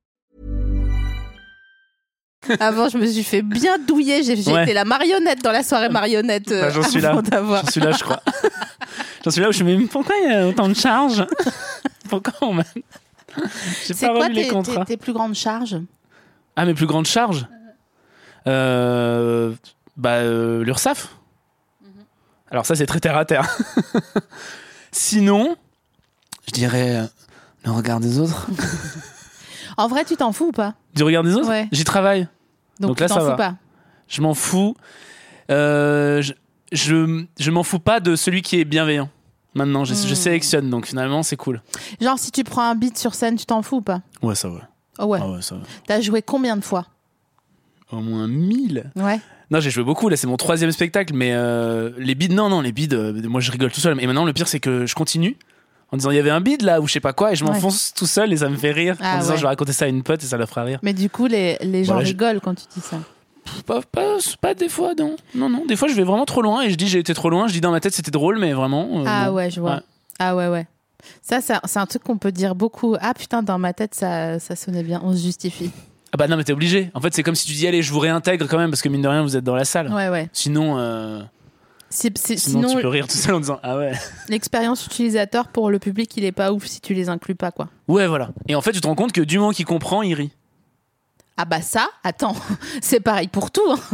Speaker 3: Avant, je me suis fait bien douiller. J'ai, j'ai
Speaker 2: Ouais.
Speaker 3: été la marionnette dans la soirée marionnette. Euh,
Speaker 2: Bah, j'en suis là.
Speaker 3: avant d'avoir...
Speaker 2: J'en suis là, je crois. J'en suis là où je me dis, mais pourquoi il y a autant de charges? Pourquoi on m'a... J'ai
Speaker 3: C'est
Speaker 2: pas
Speaker 3: quoi
Speaker 2: revu les
Speaker 3: tes,
Speaker 2: contrats.
Speaker 3: tes, tes plus grandes charges?
Speaker 2: Ah, mes plus grandes charges euh, Bah, euh, l'URSSAF. Alors ça, c'est très terre à terre. Sinon, je dirais euh, le regard des autres.
Speaker 3: En vrai, tu t'en fous ou pas?
Speaker 2: Du regard des autres
Speaker 3: Ouais.
Speaker 2: J'y travaille.
Speaker 3: Donc,
Speaker 2: Donc
Speaker 3: tu
Speaker 2: là,
Speaker 3: t'en
Speaker 2: ça
Speaker 3: fous
Speaker 2: va.
Speaker 3: pas.
Speaker 2: Je m'en fous. Euh, je, je, je m'en fous pas de celui qui est bienveillant. Maintenant, je, je sélectionne, donc finalement, c'est cool.
Speaker 3: Genre, si tu prends un beat sur scène, tu t'en fous ou pas?
Speaker 2: Ouais, ça va.
Speaker 3: Oh ouais.
Speaker 2: Ah ouais, ça va.
Speaker 3: T'as joué combien de fois?
Speaker 2: Au moins mille.
Speaker 3: Ouais.
Speaker 2: Non, j'ai joué beaucoup. Là, c'est mon troisième spectacle, mais euh, les bides, non, non, les bides, euh, moi, je rigole tout seul. Et maintenant, le pire, c'est que je continue en disant il y avait un bide là ou je sais pas quoi, et je
Speaker 3: Ouais.
Speaker 2: m'enfonce tout seul et ça me fait rire
Speaker 3: Ah
Speaker 2: en disant
Speaker 3: ouais.
Speaker 2: je vais raconter ça à une pote et ça la fera rire.
Speaker 3: Mais du coup, les, les gens
Speaker 2: Voilà, je-
Speaker 3: rigolent quand tu dis ça.
Speaker 2: Pas, pas, pas des fois, non. Non, non. Des fois, je vais vraiment trop loin et je dis j'ai été trop loin. Je dis dans ma tête c'était drôle, mais vraiment. euh,
Speaker 3: Ah
Speaker 2: non.
Speaker 3: ouais, je vois.
Speaker 2: Ouais.
Speaker 3: Ah ouais, ouais. Ça, ça, c'est un truc qu'on peut dire beaucoup. Ah putain, dans ma tête, ça, ça sonnait bien. On se justifie.
Speaker 2: Ah bah non, mais t'es obligé. En fait, c'est comme si tu dis allez, je vous réintègre quand même parce que mine de rien, vous êtes dans la salle.
Speaker 3: Ouais, ouais.
Speaker 2: Sinon, euh,
Speaker 3: C'est- c'est-
Speaker 2: sinon,
Speaker 3: sinon,
Speaker 2: tu peux rire tout seul en disant ah ouais.
Speaker 3: l'expérience utilisateur pour le public, il est pas ouf si tu les inclus pas, quoi.
Speaker 2: Ouais, voilà. Et en fait, tu te rends compte que du moment qu'il comprend, il rit.
Speaker 3: Ah bah ça, attends, c'est pareil pour tout. hein.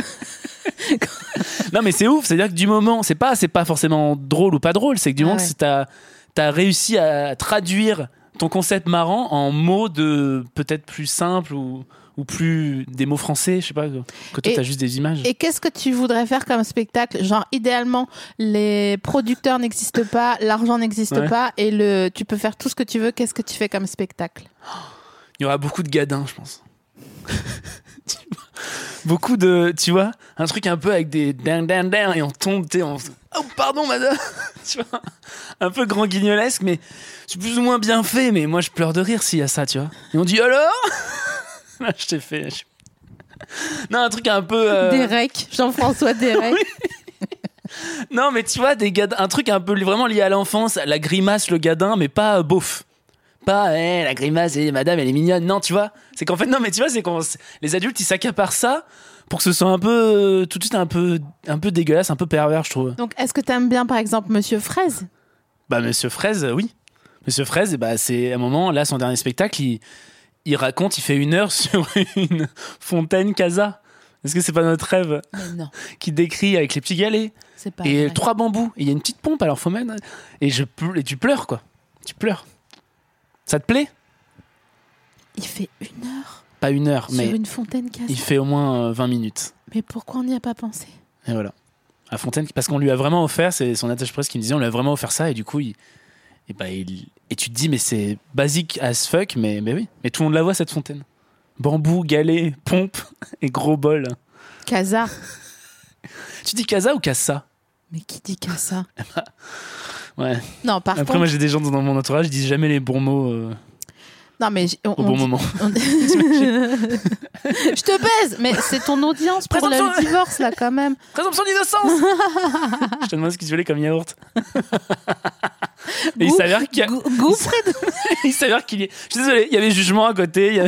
Speaker 2: Non, mais c'est ouf. C'est-à-dire que du moment, c'est pas, c'est pas forcément drôle ou pas drôle. C'est que du
Speaker 3: Ah
Speaker 2: moment
Speaker 3: ouais.
Speaker 2: que t'as, t'as réussi à traduire ton concept marrant en mots de peut-être plus simples ou, ou plus des mots français. Je sais pas. Que toi,
Speaker 3: Et-
Speaker 2: t'as juste des images.
Speaker 3: Et qu'est-ce que tu voudrais faire comme spectacle? Genre, idéalement, les producteurs n'existent pas, l'argent n'existe
Speaker 2: Ouais.
Speaker 3: pas, et le, tu peux faire tout ce que tu veux. Qu'est-ce que tu fais comme spectacle?
Speaker 2: Il y aura beaucoup de gadins, je pense. Beaucoup de, tu vois, un truc un peu avec des ding ding ding et on tombe, tu sais, on... oh pardon madame, tu vois, un peu grand guignolesque, mais c'est plus ou moins bien fait. Mais moi je pleure de rire s'il y a ça, tu vois. Et on dit alors, là je t'ai fait, je- non un truc un peu, euh,
Speaker 3: Derek, Jean-François Derek.
Speaker 2: non mais tu vois des gadins, un truc un peu vraiment lié à l'enfance, la grimace, le gadin, mais pas euh, beauf. Pas eh, la grimace et madame elle est mignonne, non tu vois, c'est qu'en fait non mais tu vois c'est quand les adultes ils s'accaparent ça pour que ce soit un peu euh, tout de suite un peu un peu dégueulasse, un peu pervers je trouve.
Speaker 3: Donc, est-ce que t'aimes bien, par exemple, Monsieur Fraise?
Speaker 2: Bah Monsieur Fraise euh, oui, Monsieur Fraise bah c'est à un moment là son dernier spectacle il, il raconte, il fait une heure sur une fontaine casa. Est-ce que c'est pas notre rêve
Speaker 3: Mais non,
Speaker 2: qui décrit avec les petits galets
Speaker 3: c'est pas
Speaker 2: et
Speaker 3: vrai.
Speaker 2: trois bambous et il y a une petite pompe alors faut mettre et je ple- et tu pleures quoi, tu pleures. Ça te plaît?
Speaker 3: Il fait une heure
Speaker 2: Pas une heure,
Speaker 3: sur
Speaker 2: mais
Speaker 3: une fontaine cassée.
Speaker 2: il fait au moins euh, vingt minutes.
Speaker 3: Mais pourquoi on n'y a pas pensé?
Speaker 2: Et voilà. À Fontaine, parce qu'on lui a vraiment offert, c'est son attache presse qui me disait, on lui a vraiment offert ça, et du coup, il, et, bah, il, et tu te dis, mais c'est basique as fuck, mais, mais oui. Mais tout le monde la voit, cette fontaine. Bambou, galet, pompe et gros bol.
Speaker 3: Casa.
Speaker 2: Tu dis casa ou cassa?
Speaker 3: Mais qui dit Casa?
Speaker 2: Ouais.
Speaker 3: Non, par
Speaker 2: Après,
Speaker 3: contre.
Speaker 2: moi, j'ai des gens dans mon entourage, ils disent jamais les bons mots euh,
Speaker 3: Non, mais j- on,
Speaker 2: au
Speaker 3: on
Speaker 2: bon
Speaker 3: dit-
Speaker 2: moment.
Speaker 3: on- Je te baise, mais c'est ton audience pour
Speaker 2: Présomption-
Speaker 3: le divorce là quand même.
Speaker 2: Présomption d'innocence. Je te demande ce que tu voulais comme yaourt. Et il
Speaker 3: Goût-
Speaker 2: s'avère qu'il y a...
Speaker 3: goût- goût près de-
Speaker 2: il s'avère qu'il y a... Je suis désolé, il y avait jugement à côté. Il y avait...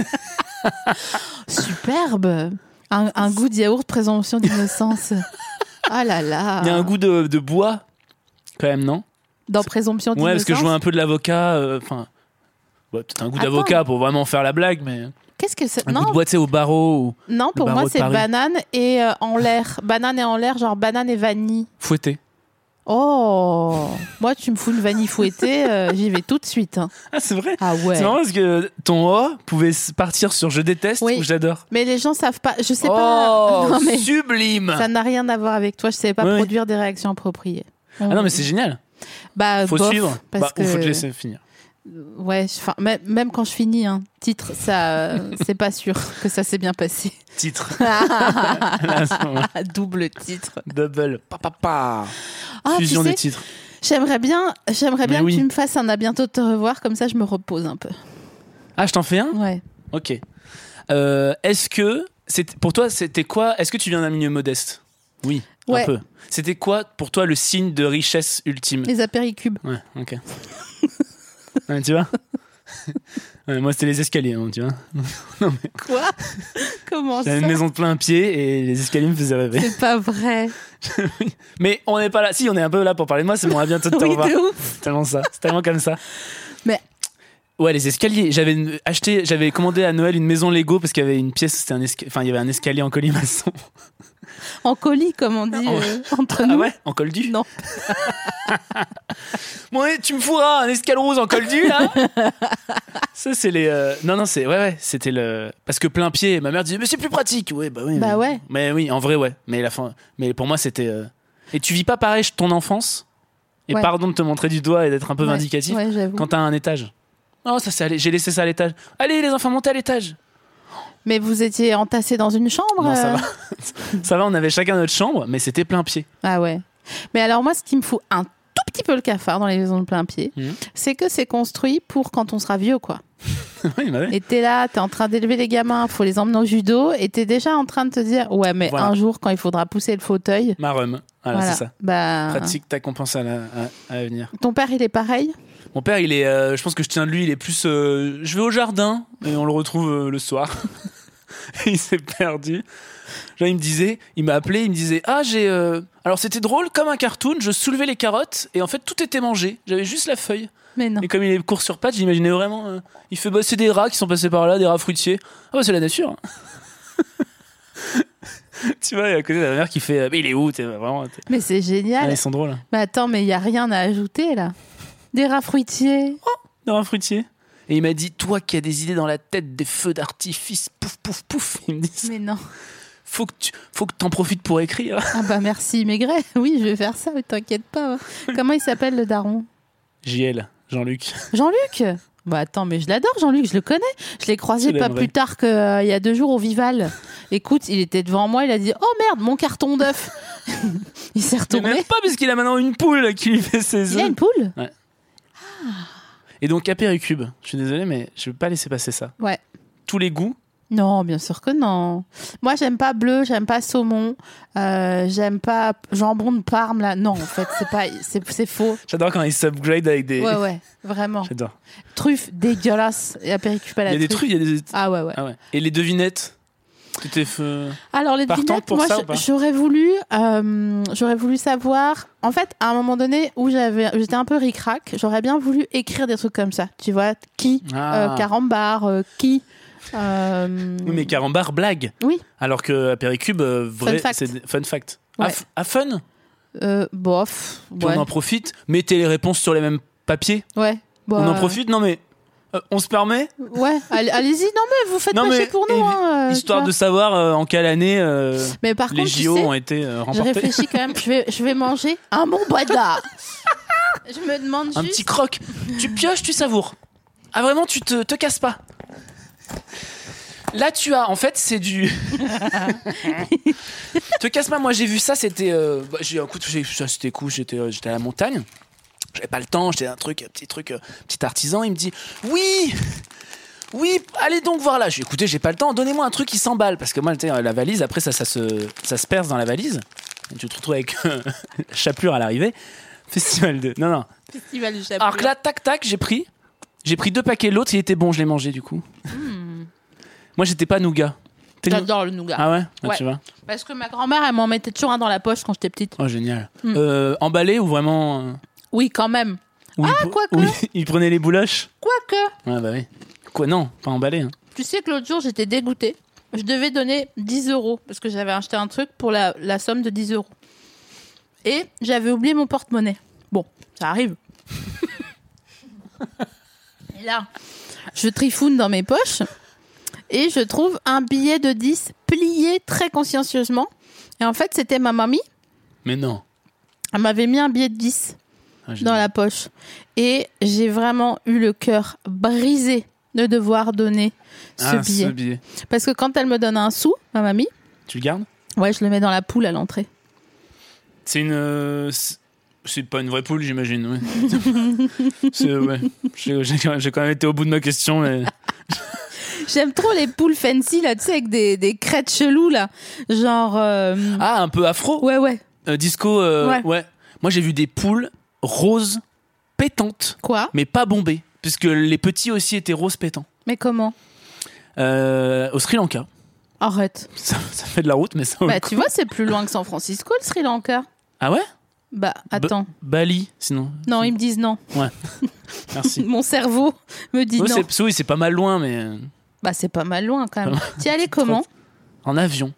Speaker 3: Superbe. Un, un goût de yaourt, présomption d'innocence. Ah là là.
Speaker 2: il y a un goût de, de bois, quand même, non?
Speaker 3: Dans présomption
Speaker 2: Ouais,
Speaker 3: d'innocence.
Speaker 2: parce que je vois un peu de l'avocat. Enfin, ouais, peut-être un goût
Speaker 3: Attends.
Speaker 2: d'avocat pour vraiment faire la blague, mais
Speaker 3: Qu'est-ce que c'est?
Speaker 2: un
Speaker 3: Non,
Speaker 2: goût de bois, tu sais, au barreau ou
Speaker 3: non, pour
Speaker 2: barreau
Speaker 3: moi
Speaker 2: de
Speaker 3: c'est
Speaker 2: Paris.
Speaker 3: banane et euh, en l'air. Banane et en l'air, genre banane et vanille.
Speaker 2: fouetté.
Speaker 3: Oh, moi tu me fous une vanille fouettée, euh, j'y vais tout de suite. hein.
Speaker 2: Ah, c'est vrai.
Speaker 3: Ah ouais.
Speaker 2: C'est marrant parce que ton O pouvait s- partir sur je déteste
Speaker 3: Oui.
Speaker 2: ou j'adore.
Speaker 3: Mais les gens savent pas. Je sais
Speaker 2: Oh,
Speaker 3: pas. Non, mais
Speaker 2: sublime.
Speaker 3: ça n'a rien à voir avec toi. Je sais pas
Speaker 2: Oui, oui.
Speaker 3: produire des réactions appropriées.
Speaker 2: Ah non, mais c'est génial.
Speaker 3: Bah,
Speaker 2: Faut
Speaker 3: bof,
Speaker 2: suivre.
Speaker 3: Parce
Speaker 2: Bah,
Speaker 3: que...
Speaker 2: ou faut te laisser finir.
Speaker 3: Ouais, enfin, même, même quand je finis un titre, ça, euh, c'est pas sûr que ça s'est bien passé.
Speaker 2: Titre. Là, à ce moment-là.
Speaker 3: Double titre.
Speaker 2: Double. Pa, pa, pa.
Speaker 3: Ah, tu
Speaker 2: Fusion
Speaker 3: sais,
Speaker 2: des titres.
Speaker 3: J'aimerais bien, j'aimerais bien
Speaker 2: Mais
Speaker 3: que
Speaker 2: oui.
Speaker 3: tu me fasses un à bientôt de te revoir, comme ça je me repose un peu.
Speaker 2: Ah, je t'en fais un.
Speaker 3: Ouais.
Speaker 2: Ok. Euh, est-ce que c'est pour toi, c'était quoi? Est-ce que tu viens d'un milieu modeste? Oui.
Speaker 3: Ouais.
Speaker 2: Un peu. C'était quoi pour toi le signe de richesse ultime?
Speaker 3: Les apéricubes.
Speaker 2: Ouais, ok. Ouais, tu vois. Ouais, moi, c'était les escaliers, hein, tu vois. Non, mais
Speaker 3: Quoi? Comment ça?
Speaker 2: j'avais une maison de plein pied et les escaliers me faisaient rêver.
Speaker 3: C'est pas vrai.
Speaker 2: Mais on n'est pas là. Si, on est un peu là pour parler de moi, c'est bon, à bientôt de te
Speaker 3: Oui,
Speaker 2: revoir.
Speaker 3: de ouf.
Speaker 2: C'est tellement ça. C'est tellement comme ça.
Speaker 3: Mais
Speaker 2: Ouais, les escaliers. J'avais acheté, j'avais commandé à Noël une maison Lego parce qu'il y avait une pièce, c'était un esca- enfin, il y avait un escalier en colimaçon.
Speaker 3: en colis, comme on dit
Speaker 2: En-
Speaker 3: euh, entre
Speaker 2: Ah
Speaker 3: nous.
Speaker 2: ouais, en col du.
Speaker 3: Non.
Speaker 2: Bon, ouais, tu me fourras un escalrose en col du là. Ça c'est les. euh, Non non c'est ouais ouais c'était le parce que plein pied. Ma mère disait mais c'est plus pratique. Ouais bah oui.
Speaker 3: Bah
Speaker 2: mais...
Speaker 3: ouais.
Speaker 2: Mais oui en vrai ouais. Mais la fin. Mais pour moi c'était. euh, Et tu vis pas pareil ton enfance. Et
Speaker 3: Ouais.
Speaker 2: pardon de te montrer du doigt et d'être un peu
Speaker 3: Ouais.
Speaker 2: vindicatif.
Speaker 3: Ouais, j'avoue.
Speaker 2: Quand t'as un étage. Non ça c'est allé. J'ai laissé ça à l'étage. Allez les enfants montez à l'étage.
Speaker 3: Mais vous étiez entassés dans une chambre?
Speaker 2: Non ça
Speaker 3: euh
Speaker 2: va. Ça va on avait chacun notre chambre mais c'était plein pied.
Speaker 3: Ah ouais. Mais alors moi, ce qui me fout un tout petit peu le cafard dans les maisons de plein pied,
Speaker 2: Mhm.
Speaker 3: c'est que c'est construit pour quand on sera vieux, quoi.
Speaker 2: Oui bah oui.
Speaker 3: Et t'es là, t'es en train d'élever les gamins, faut les emmener au judo, et t'es déjà en train de te dire, ouais, mais
Speaker 2: Voilà.
Speaker 3: un jour, quand il faudra pousser le fauteuil,
Speaker 2: Marum. Voilà,
Speaker 3: voilà.
Speaker 2: c'est ça.
Speaker 3: Bah,
Speaker 2: Pratique ta compense à, la- à, à venir.
Speaker 3: ton père, il est pareil?
Speaker 2: Mon père, il est, euh, je pense que je tiens de lui, il est plus. euh, je vais au jardin et on le retrouve euh, le soir. Il s'est perdu. Genre, il me disait, il m'a appelé, il me disait ah j'ai. euh, Alors c'était drôle comme un cartoon, je soulevais les carottes et en fait tout était mangé. J'avais juste la feuille.
Speaker 3: Mais non.
Speaker 2: Et comme il est court sur pattes, j'imaginais vraiment. euh, Il fait bah c'est des rats qui sont passés par là, des rats fruitiers. Ah bah c'est la nature. Tu vois, et à côté de la mère qui fait euh, mais il est où t'es vraiment. t'es-
Speaker 3: Mais c'est génial.
Speaker 2: Ah, ils sont drôles.
Speaker 3: Mais attends, mais il y a rien à ajouter, là. Des rats fruitiers.
Speaker 2: Des rats fruitiers. Et il m'a dit toi qui as des idées dans la tête, des feux d'artifice, pouf pouf pouf. Il me dit
Speaker 3: Mais non.
Speaker 2: faut que tu faut que t'en profites pour écrire.
Speaker 3: Ah bah merci, Maigret. Oui, je vais faire ça, t'inquiète pas. Comment il s'appelle, le daron?
Speaker 2: J L, Jean-Luc.
Speaker 3: Jean-Luc? Bah attends, mais je l'adore, Jean-Luc, je le connais. Je l'ai croisé
Speaker 2: Tu
Speaker 3: pas
Speaker 2: l'aimerais.
Speaker 3: plus tard qu'il y a deux jours au Vival. Écoute, il était devant moi, il a dit « Oh merde, mon carton d'œuf !» Il s'est
Speaker 2: Mais
Speaker 3: retourné.
Speaker 2: même pas parce qu'il a maintenant une poule qui lui fait ses
Speaker 3: Il a
Speaker 2: œufs.
Speaker 3: une poule?
Speaker 2: Et donc à Péricube, je suis désolé mais je vais pas laisser passer ça.
Speaker 3: Ouais.
Speaker 2: Tous les goûts.
Speaker 3: Non, bien sûr que non. Moi, j'aime pas bleu, j'aime pas saumon, euh, j'aime pas jambon de Parme, là. Non, en fait, c'est pas, c'est, c'est faux.
Speaker 2: J'adore quand ils s'upgrade avec des.
Speaker 3: Ouais, ouais, vraiment.
Speaker 2: J'adore.
Speaker 3: Truffe dégueulasse et apéricube à la
Speaker 2: Il y a des
Speaker 3: truffe.
Speaker 2: trucs, il y a des.
Speaker 3: Ah ouais, ouais.
Speaker 2: Ah ouais. Et les devinettes. T'étais f-
Speaker 3: Alors les
Speaker 2: Partante
Speaker 3: devinettes,
Speaker 2: pour
Speaker 3: moi
Speaker 2: ça
Speaker 3: je-
Speaker 2: ou pas
Speaker 3: j'aurais voulu, euh, j'aurais voulu savoir. En fait, à un moment donné où j'avais, j'étais un peu ric-rac, j'aurais bien voulu écrire des trucs comme ça. Tu vois, qui,
Speaker 2: Ah.
Speaker 3: euh, carambar, euh, qui. euh,
Speaker 2: Oui mais carambar blague.
Speaker 3: Oui.
Speaker 2: Alors que à Péricube euh, vrai
Speaker 3: fact.
Speaker 2: c'est des- fun fact.
Speaker 3: Ouais.
Speaker 2: Ah, f- ah, fun.
Speaker 3: euh, bof.
Speaker 2: Puis
Speaker 3: Ouais.
Speaker 2: on en profite. Mettez les réponses sur les mêmes papiers.
Speaker 3: Ouais. Bah,
Speaker 2: On en profite. Non mais euh, on se permet.
Speaker 3: Ouais. Allez- Allez-y. Non mais vous faites
Speaker 2: Non,
Speaker 3: pas
Speaker 2: mais
Speaker 3: chier pour nous.
Speaker 2: évi-
Speaker 3: hein, euh,
Speaker 2: Histoire
Speaker 3: tu
Speaker 2: de
Speaker 3: vois.
Speaker 2: savoir euh, en quelle année euh,
Speaker 3: Mais par
Speaker 2: les
Speaker 3: contre, tu
Speaker 2: J O
Speaker 3: sais,
Speaker 2: ont été euh,
Speaker 3: je
Speaker 2: remportés.
Speaker 3: réfléchis quand même. Je vais, je vais manger un bon bois Je me demande
Speaker 2: Un
Speaker 3: juste.
Speaker 2: petit croc. Tu pioches, tu savoures. Ah vraiment, tu te, te casses pas. Là, tu as, en fait, c'est du. Te casse pas. Moi, j'ai vu ça. C'était, euh, bah, j'ai un coup, j'ai- ça, c'était cool. J'étais, euh, j'étais à la montagne. J'avais pas le temps. J'étais un truc, un petit truc, euh, petit artisan. Il me dit, oui. Oui, allez donc voir là. J'ai écouté, j'ai pas le temps. Donnez-moi un truc qui s'emballe parce que moi, tu sais, la valise. Après, ça, ça se, ça se perce dans la valise. Et tu te retrouves avec euh, la chapelure à l'arrivée. Festival de. Non, non.
Speaker 3: Festival du Chapeau.
Speaker 2: Alors que là, tac, tac, j'ai pris. J'ai pris deux paquets. L'autre, il était bon, je l'ai mangé du coup. Moi, j'étais pas nougat. T'es nou-
Speaker 3: J'adore le nougat.
Speaker 2: Ah ouais, Ah,
Speaker 3: Ouais.
Speaker 2: tu vois.
Speaker 3: Parce que ma grand-mère, elle m'en mettait toujours un dans la poche quand j'étais petite.
Speaker 2: Oh, génial.
Speaker 3: Mm.
Speaker 2: Euh, emballé ou vraiment. euh,
Speaker 3: Oui, quand même.
Speaker 2: où
Speaker 3: Ah,
Speaker 2: il, pre-
Speaker 3: quoique.
Speaker 2: où il- il prenait les bouloches.
Speaker 3: Quoique.
Speaker 2: Ouais, bah oui. Quoi, non, pas emballé. Hein.
Speaker 3: Tu sais que l'autre jour, j'étais dégoûtée. Je devais donner dix euros parce que j'avais acheté un truc pour la, la somme de dix euros. Et j'avais oublié mon porte-monnaie. Bon, ça arrive. Et là, je trifoune dans mes poches et je trouve un billet de dix plié très consciencieusement. Et en fait, c'était ma mamie.
Speaker 2: Mais non.
Speaker 3: Elle m'avait mis un billet de dix
Speaker 2: Ah,
Speaker 3: dans
Speaker 2: génial.
Speaker 3: la poche. Et j'ai vraiment eu le cœur brisé de devoir donner ce
Speaker 2: Ah,
Speaker 3: billet.
Speaker 2: ce billet.
Speaker 3: Parce que quand elle me donne un sou, ma mamie,
Speaker 2: Tu le gardes?
Speaker 3: ouais, je le mets dans la poule à l'entrée.
Speaker 2: C'est une. euh, c'est- C'est pas une vraie poule, j'imagine. Ouais. C'est- ouais. J'ai j'ai- j'ai quand même été au bout de ma question. Mais...
Speaker 3: J'aime trop les poules fancy, là, tu sais, avec des, des crêtes cheloues, là. Genre. euh,
Speaker 2: Ah, un peu afro?
Speaker 3: Ouais, ouais.
Speaker 2: Euh, disco, euh,
Speaker 3: Ouais.
Speaker 2: ouais. Moi, j'ai vu des poules roses pétantes,
Speaker 3: Quoi?
Speaker 2: mais pas bombées, puisque les petits aussi étaient roses pétants.
Speaker 3: Mais comment?
Speaker 2: Euh, au Sri Lanka.
Speaker 3: Arrête.
Speaker 2: Ça, ça fait de la route, mais ça. vaut
Speaker 3: Bah,
Speaker 2: le
Speaker 3: tu
Speaker 2: coup.
Speaker 3: vois, c'est plus loin que San Francisco, le Sri Lanka.
Speaker 2: Ah ouais?
Speaker 3: Bah, attends.
Speaker 2: Ba- Bali, sinon.
Speaker 3: Non, ils me disent non.
Speaker 2: Ouais. Merci.
Speaker 3: Mon cerveau me dit
Speaker 2: Ouais,
Speaker 3: non.
Speaker 2: c'est, oui, c'est pas mal loin, mais euh,
Speaker 3: Bah, c'est pas mal loin quand même. Tu y allais comment?
Speaker 2: en avion.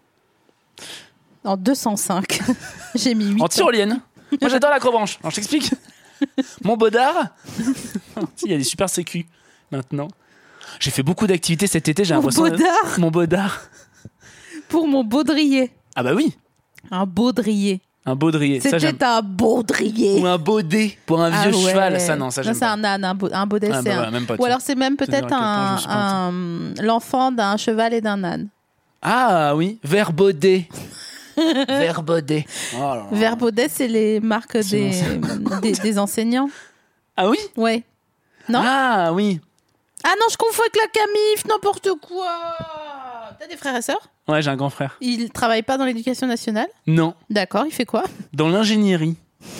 Speaker 3: En deux cent cinq. J'ai mis huit
Speaker 2: En
Speaker 3: ans.
Speaker 2: tyrolienne. Moi, j'adore l'acrobranche. Alors, je t'explique. Mon bodard. Il y a des super sécu maintenant. J'ai fait beaucoup d'activités cet été, j'ai
Speaker 3: Mon
Speaker 2: l'impression.
Speaker 3: bodard
Speaker 2: Mon bodard.
Speaker 3: pour mon baudrier.
Speaker 2: Ah bah oui,
Speaker 3: Un baudrier.
Speaker 2: un baudrier. Ça, j'aime.
Speaker 3: C'était un baudrier.
Speaker 2: Ou un baudet pour un vieux
Speaker 3: Ah ouais.
Speaker 2: cheval. Ça, non, ça, j'aime
Speaker 3: c'est
Speaker 2: pas.
Speaker 3: un âne, un, beau- un baudet,
Speaker 2: Ah, bah
Speaker 3: c'est un...
Speaker 2: voilà, même pas,
Speaker 3: Ou
Speaker 2: tu
Speaker 3: alors c'est même
Speaker 2: te dire à
Speaker 3: peut-être
Speaker 2: quel point
Speaker 3: un,
Speaker 2: je suis pas
Speaker 3: un- l'enfant d'un cheval et d'un âne.
Speaker 2: Ah oui, verbaudet. Verbaudet. Oh là là.
Speaker 3: Verbaudet, c'est les marques
Speaker 2: C'est
Speaker 3: des, des, des enseignants.
Speaker 2: Ah oui.
Speaker 3: Ouais. Non
Speaker 2: Ah oui.
Speaker 3: Ah non, je confonds avec la Camif, n'importe quoi. T'as des frères et sœurs?
Speaker 2: Ouais, j'ai un grand frère.
Speaker 3: Il travaille pas dans l'éducation nationale?
Speaker 2: Non,
Speaker 3: D'accord, il fait quoi?
Speaker 2: dans l'ingénierie.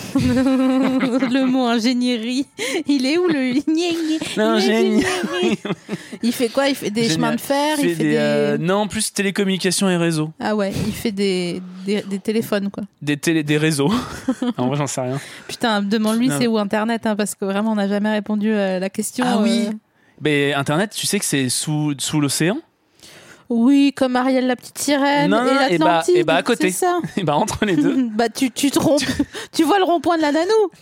Speaker 3: Le mot ingénierie, il est où le
Speaker 2: L'ingénierie.
Speaker 3: Il fait quoi? Il fait des
Speaker 2: Génial.
Speaker 3: chemins de fer, il fait des...
Speaker 2: euh, Non, plus télécommunications et réseaux.
Speaker 3: Ah ouais, il fait des, des, des téléphones, quoi.
Speaker 2: Des, télé... des réseaux. En vrai, j'en sais rien.
Speaker 3: Putain, demande-lui
Speaker 2: Non.
Speaker 3: c'est où Internet, hein, parce que vraiment, on n'a jamais répondu à la question.
Speaker 2: Ah oui.
Speaker 3: euh.
Speaker 2: Mais Internet, tu sais que c'est sous, sous l'océan.
Speaker 3: Oui, comme Ariel la petite sirène
Speaker 2: Non, non,
Speaker 3: et
Speaker 2: et bah-
Speaker 3: l'Atlantide.
Speaker 2: et bah à côté.
Speaker 3: C'est ça.
Speaker 2: Et bah entre les deux.
Speaker 3: Bah tu, tu te trompes. Tu vois le rond-point de la Nanou.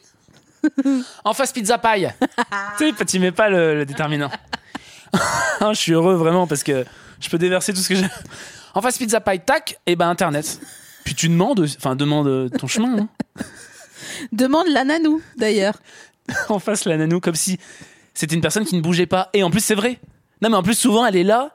Speaker 2: En face pizza paille. Tu sais, tu mets pas le, le déterminant. Je suis heureux vraiment parce que je peux déverser tout ce que j'ai. En face pizza paille, tac, et bah Internet. Puis tu demandes, enfin demande ton chemin. Hein.
Speaker 3: Demande la Nanou, d'ailleurs.
Speaker 2: En face la nanou, comme si c'était une personne qui ne bougeait pas. Et en plus, c'est vrai. Non, mais en plus, souvent, elle est là.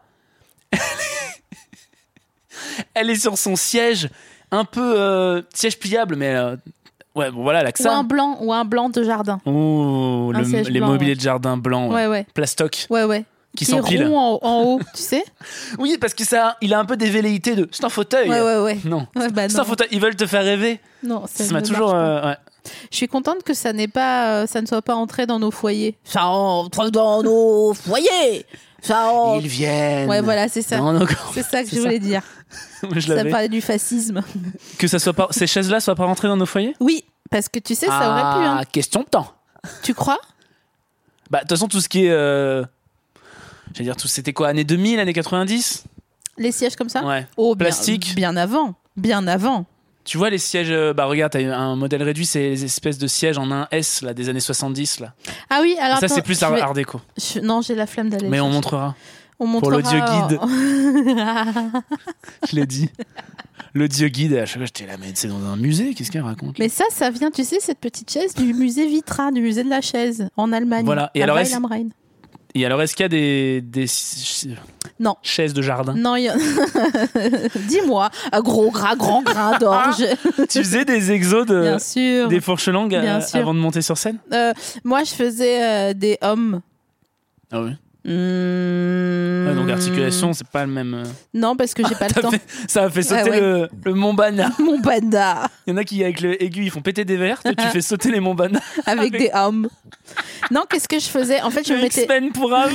Speaker 2: Elle est sur son siège, un peu euh, siège pliable, mais euh, ouais, bon voilà, elle a que
Speaker 3: Ou un
Speaker 2: ça.
Speaker 3: blanc, ou un blanc de jardin.
Speaker 2: Ouh,
Speaker 3: Un
Speaker 2: le-
Speaker 3: siège
Speaker 2: les
Speaker 3: blanc,
Speaker 2: mobiliers
Speaker 3: ouais.
Speaker 2: de jardin blanc, ouais.
Speaker 3: Ouais, ouais.
Speaker 2: Plastoc,
Speaker 3: Ouais, ouais.
Speaker 2: qui
Speaker 3: Qui est
Speaker 2: s'empile.
Speaker 3: rond en, en haut, tu sais.
Speaker 2: Oui, parce que ça, il a un peu des velléités de. C'est un fauteuil.
Speaker 3: Ouais, ouais, ouais.
Speaker 2: Non.
Speaker 3: Ouais, bah
Speaker 2: C'est un
Speaker 3: non.
Speaker 2: fauteuil. Ils veulent te faire rêver.
Speaker 3: Non, ça,
Speaker 2: Ça m'a
Speaker 3: ne
Speaker 2: toujours.
Speaker 3: marche pas.
Speaker 2: euh, ouais.
Speaker 3: Je suis contente que ça n'est pas, euh, ça ne soit pas entré dans nos foyers. Ça entre dans nos foyers. Ça entre...
Speaker 2: Ils viennent.
Speaker 3: Ouais, voilà, c'est ça.
Speaker 2: Non, non, encore.
Speaker 3: C'est ça que
Speaker 2: C'est
Speaker 3: je
Speaker 2: ça.
Speaker 3: voulais dire.
Speaker 2: Moi, je
Speaker 3: Ça
Speaker 2: l'avais.
Speaker 3: parlait du fascisme.
Speaker 2: Que ça soit pas. Ces chaises-là soient pas rentrées dans nos foyers.
Speaker 3: Oui, parce que tu sais, ça aurait pu.
Speaker 2: Ah,
Speaker 3: Hein.
Speaker 2: question de temps.
Speaker 3: Tu crois?
Speaker 2: Bah, de toute façon, tout ce qui est. Euh... J'allais dire, tout... c'était quoi, années deux mille, années quatre-vingt-dix.
Speaker 3: Les sièges comme ça?
Speaker 2: Ouais.
Speaker 3: Oh, bien,
Speaker 2: Plastique.
Speaker 3: Bien avant. Bien avant.
Speaker 2: Tu vois les sièges. euh, Bah, regarde, t'as eu un modèle réduit, c'est les espèces de sièges en un S, là, des années soixante-dix, là.
Speaker 3: Ah oui, alors.
Speaker 2: ça,
Speaker 3: attends,
Speaker 2: c'est plus
Speaker 3: je
Speaker 2: art,
Speaker 3: vais-
Speaker 2: art déco.
Speaker 3: je- Non, j'ai la flemme d'aller.
Speaker 2: Mais
Speaker 3: le
Speaker 2: on
Speaker 3: chercher.
Speaker 2: montrera.
Speaker 3: On
Speaker 2: pour
Speaker 3: montrera.
Speaker 2: l'audio
Speaker 3: guide.
Speaker 2: Je l'ai dit. L'audio guide, à chaque fois, j'étais là, mais c'est dans un musée, qu'est-ce qu'elle raconte là
Speaker 3: Mais ça, ça vient, tu sais, cette petite chaise du musée Vitra, du musée de la chaise, en Allemagne.
Speaker 2: Voilà. Et
Speaker 3: à
Speaker 2: alors, est-ce-
Speaker 3: Weil am Rhein.
Speaker 2: Et alors, est-ce qu'il y a des, des ch-
Speaker 3: Non.
Speaker 2: chaises de jardin
Speaker 3: Non, il y a... Dis-moi, un gros gras, grand grain d'orge.
Speaker 2: Tu faisais des exos de.
Speaker 3: Bien sûr.
Speaker 2: Des fourches langues
Speaker 3: Bien
Speaker 2: euh,
Speaker 3: sûr.
Speaker 2: avant de monter sur scène
Speaker 3: Euh, moi, je faisais euh, des hommes.
Speaker 2: Ah oui.
Speaker 3: Mmh.
Speaker 2: Ouais, donc articulation, c'est pas le même. euh.
Speaker 3: Non, parce que j'ai pas le
Speaker 2: T'as
Speaker 3: temps.
Speaker 2: fait- ça a fait sauter
Speaker 3: Ah ouais.
Speaker 2: le, le Montbana.
Speaker 3: Mon panda
Speaker 2: Il y en a qui, avec l'aiguille, ils font péter des verres. Toi, tu fais sauter les Montbana.
Speaker 3: avec des hommes. Non, qu'est-ce que je faisais? En fait, je
Speaker 2: Le
Speaker 3: mettais
Speaker 2: X-Men pour âme.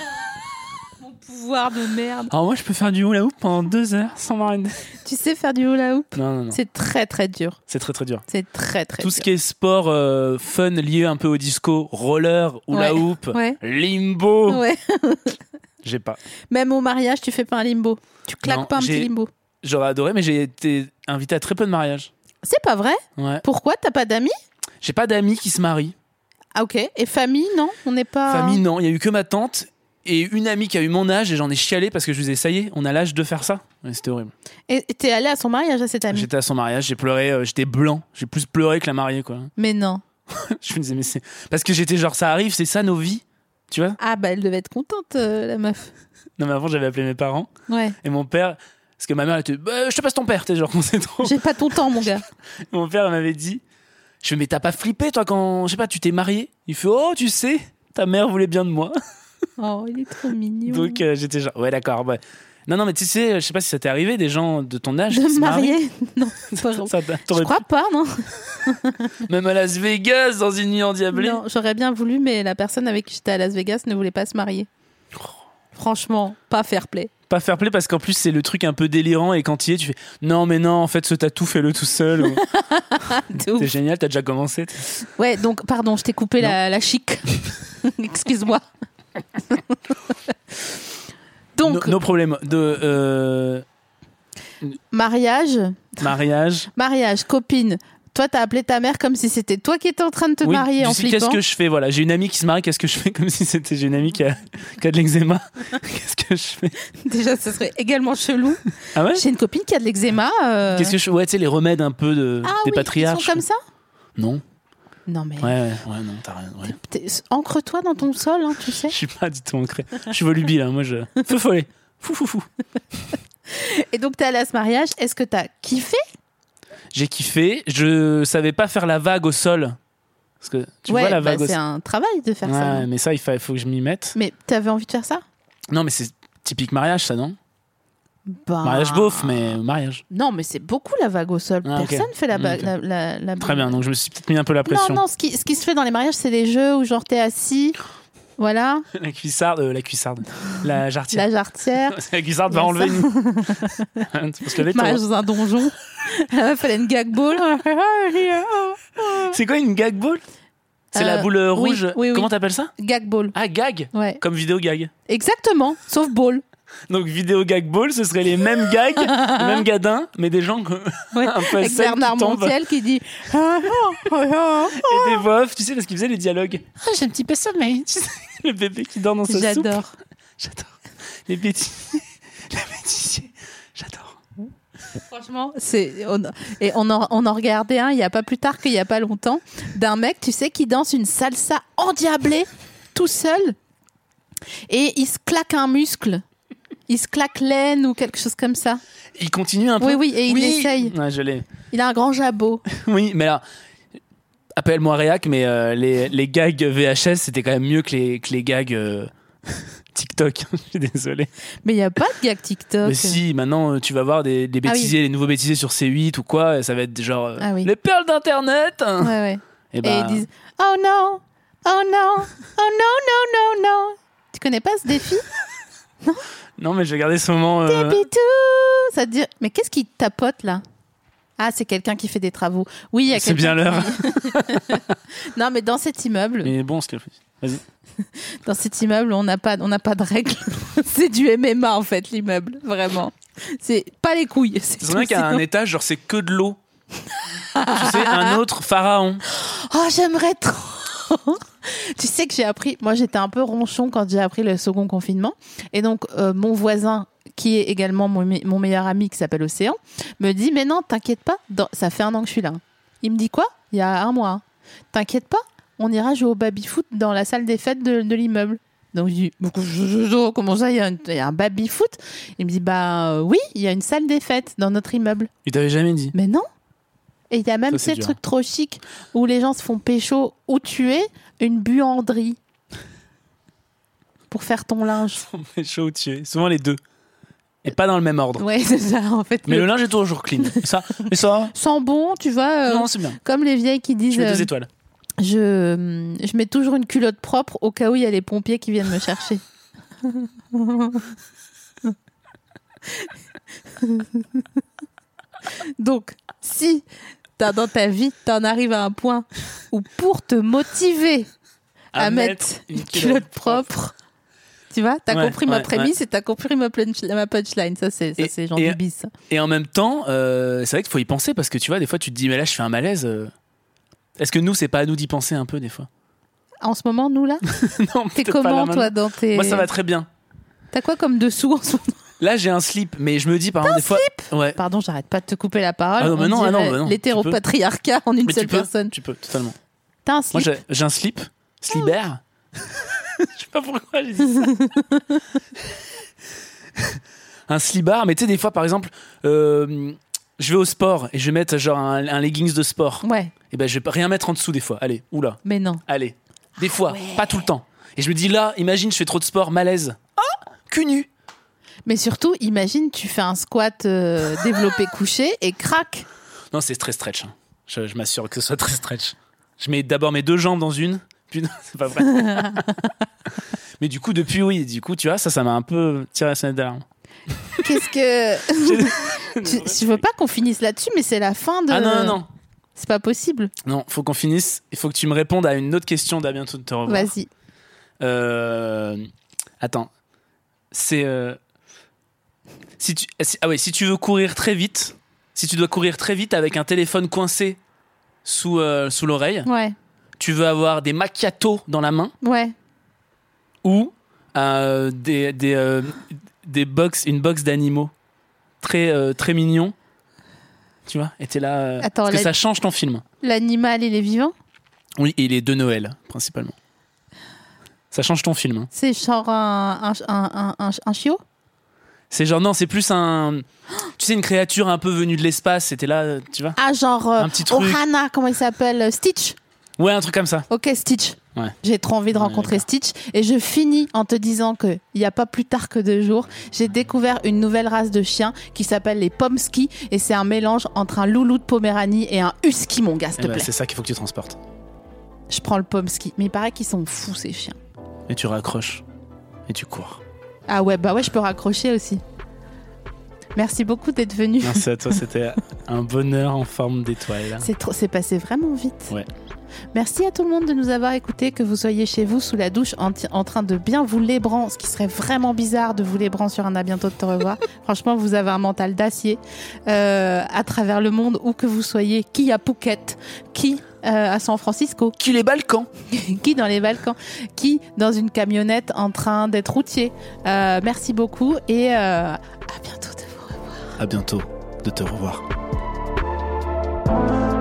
Speaker 3: mon pouvoir de merde.
Speaker 2: Alors, moi, je peux faire du hula hoop pendant deux heures sans m'arrêter.
Speaker 3: Tu sais faire du hula hoop?
Speaker 2: Non, non, non.
Speaker 3: C'est très très dur.
Speaker 2: C'est très, très dur.
Speaker 3: C'est très très
Speaker 2: Tout
Speaker 3: dur.
Speaker 2: ce qui est sport euh, fun lié un peu au disco, roller, hula
Speaker 3: Ouais.
Speaker 2: hoop,
Speaker 3: Ouais.
Speaker 2: limbo,
Speaker 3: Ouais.
Speaker 2: j'ai pas.
Speaker 3: Même au mariage, tu fais pas un limbo. Tu claques
Speaker 2: Non,
Speaker 3: pas un petit
Speaker 2: j'ai-
Speaker 3: limbo.
Speaker 2: J'aurais adoré, mais j'ai été invité à très peu de mariages.
Speaker 3: C'est pas vrai?
Speaker 2: Ouais.
Speaker 3: Pourquoi? T'as pas d'amis?
Speaker 2: J'ai pas d'amis qui se marient.
Speaker 3: Ah ok. Et famille, non? On n'est pas...
Speaker 2: Famille, non. Il y a eu que ma tante et une amie qui a eu mon âge et j'en ai chialé parce que je lui disais, ça y est, on a l'âge de faire ça. Ouais, c'était horrible.
Speaker 3: Et t'es allé à son mariage, à cette amie?
Speaker 2: J'étais à son mariage, j'ai pleuré, euh, j'étais blanc. J'ai plus pleuré que la mariée, quoi.
Speaker 3: Mais non.
Speaker 2: Je me disais, mais c'est. Parce que j'étais genre, ça arrive, c'est ça nos vies. Tu vois?
Speaker 3: Ah bah elle devait être contente, euh, la meuf.
Speaker 2: Non, mais avant, j'avais appelé mes parents
Speaker 3: Ouais.
Speaker 2: et mon père. Parce que ma mère elle était, bah, je te passe ton père, t'es genre, on sait trop.
Speaker 3: J'ai pas ton temps, mon gars.
Speaker 2: Mon père m'avait dit, je fais, mais t'as pas flippé, toi, quand, je sais pas, tu t'es marié? Il fait, oh, tu sais, ta mère voulait bien de moi.
Speaker 3: Oh, il est trop mignon.
Speaker 2: Donc, euh, j'étais genre, ouais, d'accord, ouais. Non, non, mais tu sais, je sais pas si ça t'est arrivé, des gens de ton âge
Speaker 3: De
Speaker 2: qui se
Speaker 3: me
Speaker 2: marient.
Speaker 3: marier Non, c'est pas
Speaker 2: Ça,
Speaker 3: grave.
Speaker 2: ça,
Speaker 3: Je
Speaker 2: t'aurais
Speaker 3: crois pas, non.
Speaker 2: pu- Même à Las Vegas, dans une nuit endiablée.
Speaker 3: Non, j'aurais bien voulu, mais la personne avec qui j'étais à Las Vegas ne voulait pas se marier. Franchement, pas fair play.
Speaker 2: Pas fair play parce qu'en plus, c'est le truc un peu délirant et quand il est, tu fais non, mais non, en fait, ce tatou, fais-le tout seul. Ou...
Speaker 3: De ouf.
Speaker 2: C'est génial, t'as déjà commencé. t'es-
Speaker 3: Ouais, donc, pardon, je t'ai coupé la, la chic. Excuse-moi. Donc,
Speaker 2: No, no problème. De euh,
Speaker 3: mariage,
Speaker 2: mariage.
Speaker 3: mariage, copine. Toi, t'as appelé ta mère comme si c'était toi qui étais en train de te
Speaker 2: Oui,
Speaker 3: marier
Speaker 2: je
Speaker 3: en
Speaker 2: sais,
Speaker 3: flippant.
Speaker 2: qu'est-ce que je fais voilà, j'ai une amie qui se marie, qu'est-ce que je fais comme si c'était j'ai une amie qui a, qui a de l'eczéma. Qu'est-ce que je fais
Speaker 3: Déjà, ce serait également chelou.
Speaker 2: Ah ouais
Speaker 3: J'ai une copine qui a de l'eczéma. euh,
Speaker 2: Qu'est-ce que je fais Ouais, tu sais les remèdes un peu de
Speaker 3: Ah
Speaker 2: des
Speaker 3: oui,
Speaker 2: patriarches.
Speaker 3: ils sont comme ça
Speaker 2: Non.
Speaker 3: Non, mais
Speaker 2: Ouais, ouais, ouais, non, t'as rien. Ouais.
Speaker 3: t'es- ancre-toi dans ton sol, hein, tu sais.
Speaker 2: Je suis pas du tout ancré. Je suis volubile, hein, moi je. Feu follet. Fou fou fou.
Speaker 3: Et donc, t'es allé à ce mariage. Est-ce que t'as kiffé?
Speaker 2: J'ai kiffé. Je savais pas faire la vague au sol. Parce que tu
Speaker 3: Ouais,
Speaker 2: vois la
Speaker 3: bah,
Speaker 2: vague au
Speaker 3: c'est
Speaker 2: sol.
Speaker 3: un travail de faire ça.
Speaker 2: Ouais,
Speaker 3: non
Speaker 2: mais ça, il fa- faut que je m'y mette.
Speaker 3: Mais t'avais envie de faire ça?
Speaker 2: Non, mais c'est typique mariage, ça, non
Speaker 3: Bah...
Speaker 2: Mariage beauf, mais mariage.
Speaker 3: Non, mais c'est beaucoup la vague au sol.
Speaker 2: Ah, ok.
Speaker 3: Personne fait la, ba-
Speaker 2: Ok.
Speaker 3: la, la, la-
Speaker 2: Très bien, donc je me suis peut-être mis un peu la pression.
Speaker 3: Non, non, ce qui, ce qui se fait dans les mariages, c'est les jeux où genre t'es assis, voilà,
Speaker 2: La cuissarde, euh, la cuissarde. La jarretière.
Speaker 3: la jarretière.
Speaker 2: La cuissarde va
Speaker 3: Ouais,
Speaker 2: enlever
Speaker 3: ça.
Speaker 2: une. Tu peux se lever, toi.
Speaker 3: Mariage dans un donjon. La meuf, elle a une gag ball.
Speaker 2: C'est quoi une gag ball C'est la
Speaker 3: Euh,
Speaker 2: boule euh,
Speaker 3: oui,
Speaker 2: rouge.
Speaker 3: oui, oui.
Speaker 2: Comment t'appelles ça
Speaker 3: Gag ball.
Speaker 2: Ah, gag
Speaker 3: Ouais.
Speaker 2: Comme vidéo gag.
Speaker 3: Exactement, sauf ball.
Speaker 2: Donc vidéo gag ball, ce serait les mêmes gags, les mêmes gadins, mais des gens que-
Speaker 3: Ouais.
Speaker 2: un peu
Speaker 3: Avec
Speaker 2: secs
Speaker 3: Bernard
Speaker 2: qui tombent.
Speaker 3: Montiel qui dit
Speaker 2: Et des voix off, tu sais, parce qu'ils faisaient les dialogues. Ah, j'ai un petit peu sommeil. Tu sais, le bébé qui dort dans sa soupe.
Speaker 3: J'adore.
Speaker 2: J'adore. Les bêtisiers. Les bêtisiers. J'adore.
Speaker 3: Franchement, c'est on, et on en, on en regardait un il y a pas plus tard qu'il y a pas longtemps d'un mec, tu sais, qui danse une salsa endiablée tout seul et il se claque un muscle. Il se claque l'aine ou quelque chose comme ça.
Speaker 2: Il continue un peu.
Speaker 3: Oui, oui, et il essaye.
Speaker 2: Ouais, je l'ai.
Speaker 3: Il a un grand jabot.
Speaker 2: Oui, mais là, appelle-moi réac, mais euh, les, les gags V H S, c'était quand même mieux que les, que les gags euh, TikTok. Je suis désolé.
Speaker 3: Mais il n'y a pas de gag TikTok.
Speaker 2: Mais si, maintenant, euh, tu vas voir des, des
Speaker 3: Ah oui.
Speaker 2: bêtisiers, les nouveaux bêtisiers sur C huit ou quoi, ça va être genre euh,
Speaker 3: Ah oui.
Speaker 2: les perles d'Internet.
Speaker 3: Ouais, ouais.
Speaker 2: Et,
Speaker 3: Et
Speaker 2: bah,
Speaker 3: ils disent Oh non, oh non, oh non, non, non, non. Tu connais pas ce défi?
Speaker 2: non, mais j'ai gardé ce moment. euh,
Speaker 3: Pitou, ça te dit. Mais qu'est-ce qui tapote là? Ah, c'est quelqu'un qui fait des travaux. Oui, il y a
Speaker 2: C'est
Speaker 3: quelqu'un
Speaker 2: bien l'heure.
Speaker 3: qui- Non, mais dans cet immeuble,
Speaker 2: Mais bon, ce qu'elle fait. Vas-y.
Speaker 3: dans cet immeuble, on n'a pas, on n'a pas de règles. C'est du M M A en fait, l'immeuble, vraiment. C'est pas les couilles. C'est
Speaker 2: C'est vrai
Speaker 3: tout,
Speaker 2: qu'à un
Speaker 3: sinon-
Speaker 2: étage, genre, c'est que de l'eau. Tu sais, un autre pharaon.
Speaker 3: Oh, j'aimerais trop. Tu sais que j'ai appris. Moi, j'étais un peu ronchon quand j'ai appris le second confinement, et donc euh, mon voisin, qui est également mon, me- mon meilleur ami, qui s'appelle Océan, me dit mais non, t'inquiète pas. Dans... Ça fait un an que je suis là. Il me dit quoi? Il y a un mois. T'inquiète pas, on ira jouer au baby-foot dans la salle des fêtes de, de l'immeuble. Donc je dis comment ça, il y a un, il y a un baby-foot? Il me dit bah euh, oui, il y a une salle des fêtes dans notre immeuble.
Speaker 2: Il t'avait jamais dit.
Speaker 3: Mais non. Et il y a même
Speaker 2: Ça, c'est
Speaker 3: ces
Speaker 2: dur.
Speaker 3: trucs trop chics où les gens se font pécho ou tuer une buanderie pour faire ton linge.
Speaker 2: On fait chaud tu es. Souvent les deux. Et pas dans le même ordre.
Speaker 3: Ouais, c'est ça en fait.
Speaker 2: Mais
Speaker 3: Le-
Speaker 2: le linge est toujours clean. Ça, mais ça,
Speaker 3: Sans bon, tu vois, euh,
Speaker 2: non, c'est bien.
Speaker 3: comme les vieilles qui disent
Speaker 2: Je mets
Speaker 3: euh,
Speaker 2: deux étoiles.
Speaker 3: je, je mets toujours une culotte propre au cas où il y a les pompiers qui viennent me chercher. Donc, si t'as dans ta vie, t'en arrives à un point où pour te motiver à, mettre une culotte propre, tu vois, t'as
Speaker 2: Ouais,
Speaker 3: compris ma
Speaker 2: ouais,
Speaker 3: prémisse et t'as compris ma, punch- ma punchline. Ça, c'est, ça,
Speaker 2: Et-
Speaker 3: c'est genre
Speaker 2: et-
Speaker 3: du bis. ça.
Speaker 2: Et en même temps, euh, c'est vrai qu'il faut y penser parce que tu vois, des fois, tu te dis, mais là, je fais un malaise. euh. Est-ce que nous, c'est pas à nous d'y penser un peu des fois?
Speaker 3: En ce moment, nous, là,
Speaker 2: Non,
Speaker 3: t'es
Speaker 2: peut-être pas là
Speaker 3: comment,
Speaker 2: maintenant.
Speaker 3: toi, dans tes...
Speaker 2: Moi, ça va très bien.
Speaker 3: T'as quoi comme dessous en ce moment?
Speaker 2: Là, j'ai un slip, mais je me dis, par exemple, des fois. Ouais.
Speaker 3: Pardon, j'arrête pas de te couper la parole.
Speaker 2: Ah non, mais
Speaker 3: On
Speaker 2: non, ah non,
Speaker 3: dirait
Speaker 2: bah non, tu
Speaker 3: l'hétéropatriarcat en une
Speaker 2: Mais
Speaker 3: seule
Speaker 2: tu peux,
Speaker 3: personne.
Speaker 2: tu peux, totalement.
Speaker 3: T'as un
Speaker 2: Moi,
Speaker 3: slip?
Speaker 2: j'ai, j'ai un slip, slibert. Je sais pas pourquoi j'ai dit ça. Un slibard, mais tu sais, des fois, par exemple, euh, je vais au sport et je vais mettre genre un, un leggings de sport.
Speaker 3: Ouais,
Speaker 2: Et ben, je vais rien mettre en dessous des fois. Allez, oula,
Speaker 3: mais non.
Speaker 2: allez. Des fois,
Speaker 3: ouais.
Speaker 2: pas tout le temps. Et je me dis là, imagine, je fais trop de sport, malaise. Ah, cul nu.
Speaker 3: Mais surtout, imagine, tu fais un squat euh, développé couché et crac.
Speaker 2: Non, c'est très stretch. Hein. Je, je m'assure que ce soit très stretch. Je mets d'abord mes deux jambes dans une, puis non, c'est pas vrai. Mais du coup, depuis, oui, du coup, tu vois, ça, ça m'a un peu tiré la sonnette d'alarme.
Speaker 3: Qu'est-ce que... tu, je veux pas qu'on finisse là-dessus, mais c'est la fin de...
Speaker 2: Ah non, non, non.
Speaker 3: C'est pas possible.
Speaker 2: Non, faut qu'on finisse. Il faut que tu me répondes à une autre question d'à bientôt de te revoir.
Speaker 3: Vas-y.
Speaker 2: Euh... Attends. C'est... Euh... Si tu... Ah ouais, si tu veux courir très vite, si tu dois courir très vite avec un téléphone coincé sous, euh, sous l'oreille,
Speaker 3: Ouais.
Speaker 2: tu veux avoir des macchiatos dans la main
Speaker 3: Ouais.
Speaker 2: ou euh, des, des, euh, des box, une box d'animaux très, euh, très mignons. Tu vois, et t'es là. Euh,
Speaker 3: Attends,
Speaker 2: parce que
Speaker 3: la-
Speaker 2: ça change ton film.
Speaker 3: L'animal et les vivants,
Speaker 2: Oui, et les de Noël, principalement. Ça change ton film. Hein.
Speaker 3: c'est genre un, un, un, un, un chiot.
Speaker 2: C'est genre, non, c'est plus un. Tu sais, une créature un peu venue de l'espace, c'était là, tu vois.
Speaker 3: Ah, genre euh,
Speaker 2: Un petit truc.
Speaker 3: Ohana, comment il s'appelle? Stitch.
Speaker 2: Ouais, un truc comme ça.
Speaker 3: Ok, Stitch.
Speaker 2: Ouais.
Speaker 3: J'ai trop envie de
Speaker 2: Ouais,
Speaker 3: rencontrer
Speaker 2: d'accord.
Speaker 3: Stitch. Et je finis en te disant qu'il n'y a pas plus tard que deux jours, j'ai découvert une nouvelle race de chiens qui s'appelle les Pomsky. Et c'est un mélange entre un loulou de Poméranie et un husky, mon gars, s'il
Speaker 2: Eh
Speaker 3: te
Speaker 2: ben,
Speaker 3: plaît.
Speaker 2: c'est ça qu'il faut que tu transportes.
Speaker 3: Je prends le Pomsky. Mais il paraît qu'ils sont fous, ces chiens.
Speaker 2: Et tu raccroches. Et tu cours.
Speaker 3: Ah ouais, bah ouais, je peux raccrocher aussi. Merci beaucoup d'être venu.
Speaker 2: Merci à toi, c'était un bonheur en forme d'étoile.
Speaker 3: C'est trop, c'est passé vraiment vite.
Speaker 2: Ouais.
Speaker 3: Merci à tout le monde de nous avoir écoutés, que vous soyez chez vous sous la douche en, ti- en train de bien vous lébran, ce qui serait vraiment bizarre de vous lébran sur un à bientôt de te revoir. Franchement, vous avez un mental d'acier euh, à travers le monde, où que vous soyez, qui à Phuket, qui euh, à San Francisco,
Speaker 2: Qui les Balkans.
Speaker 3: qui dans les Balkans, qui dans une camionnette en train d'être routier. Euh, merci beaucoup et euh, à bientôt de vous revoir.
Speaker 2: À bientôt de te revoir.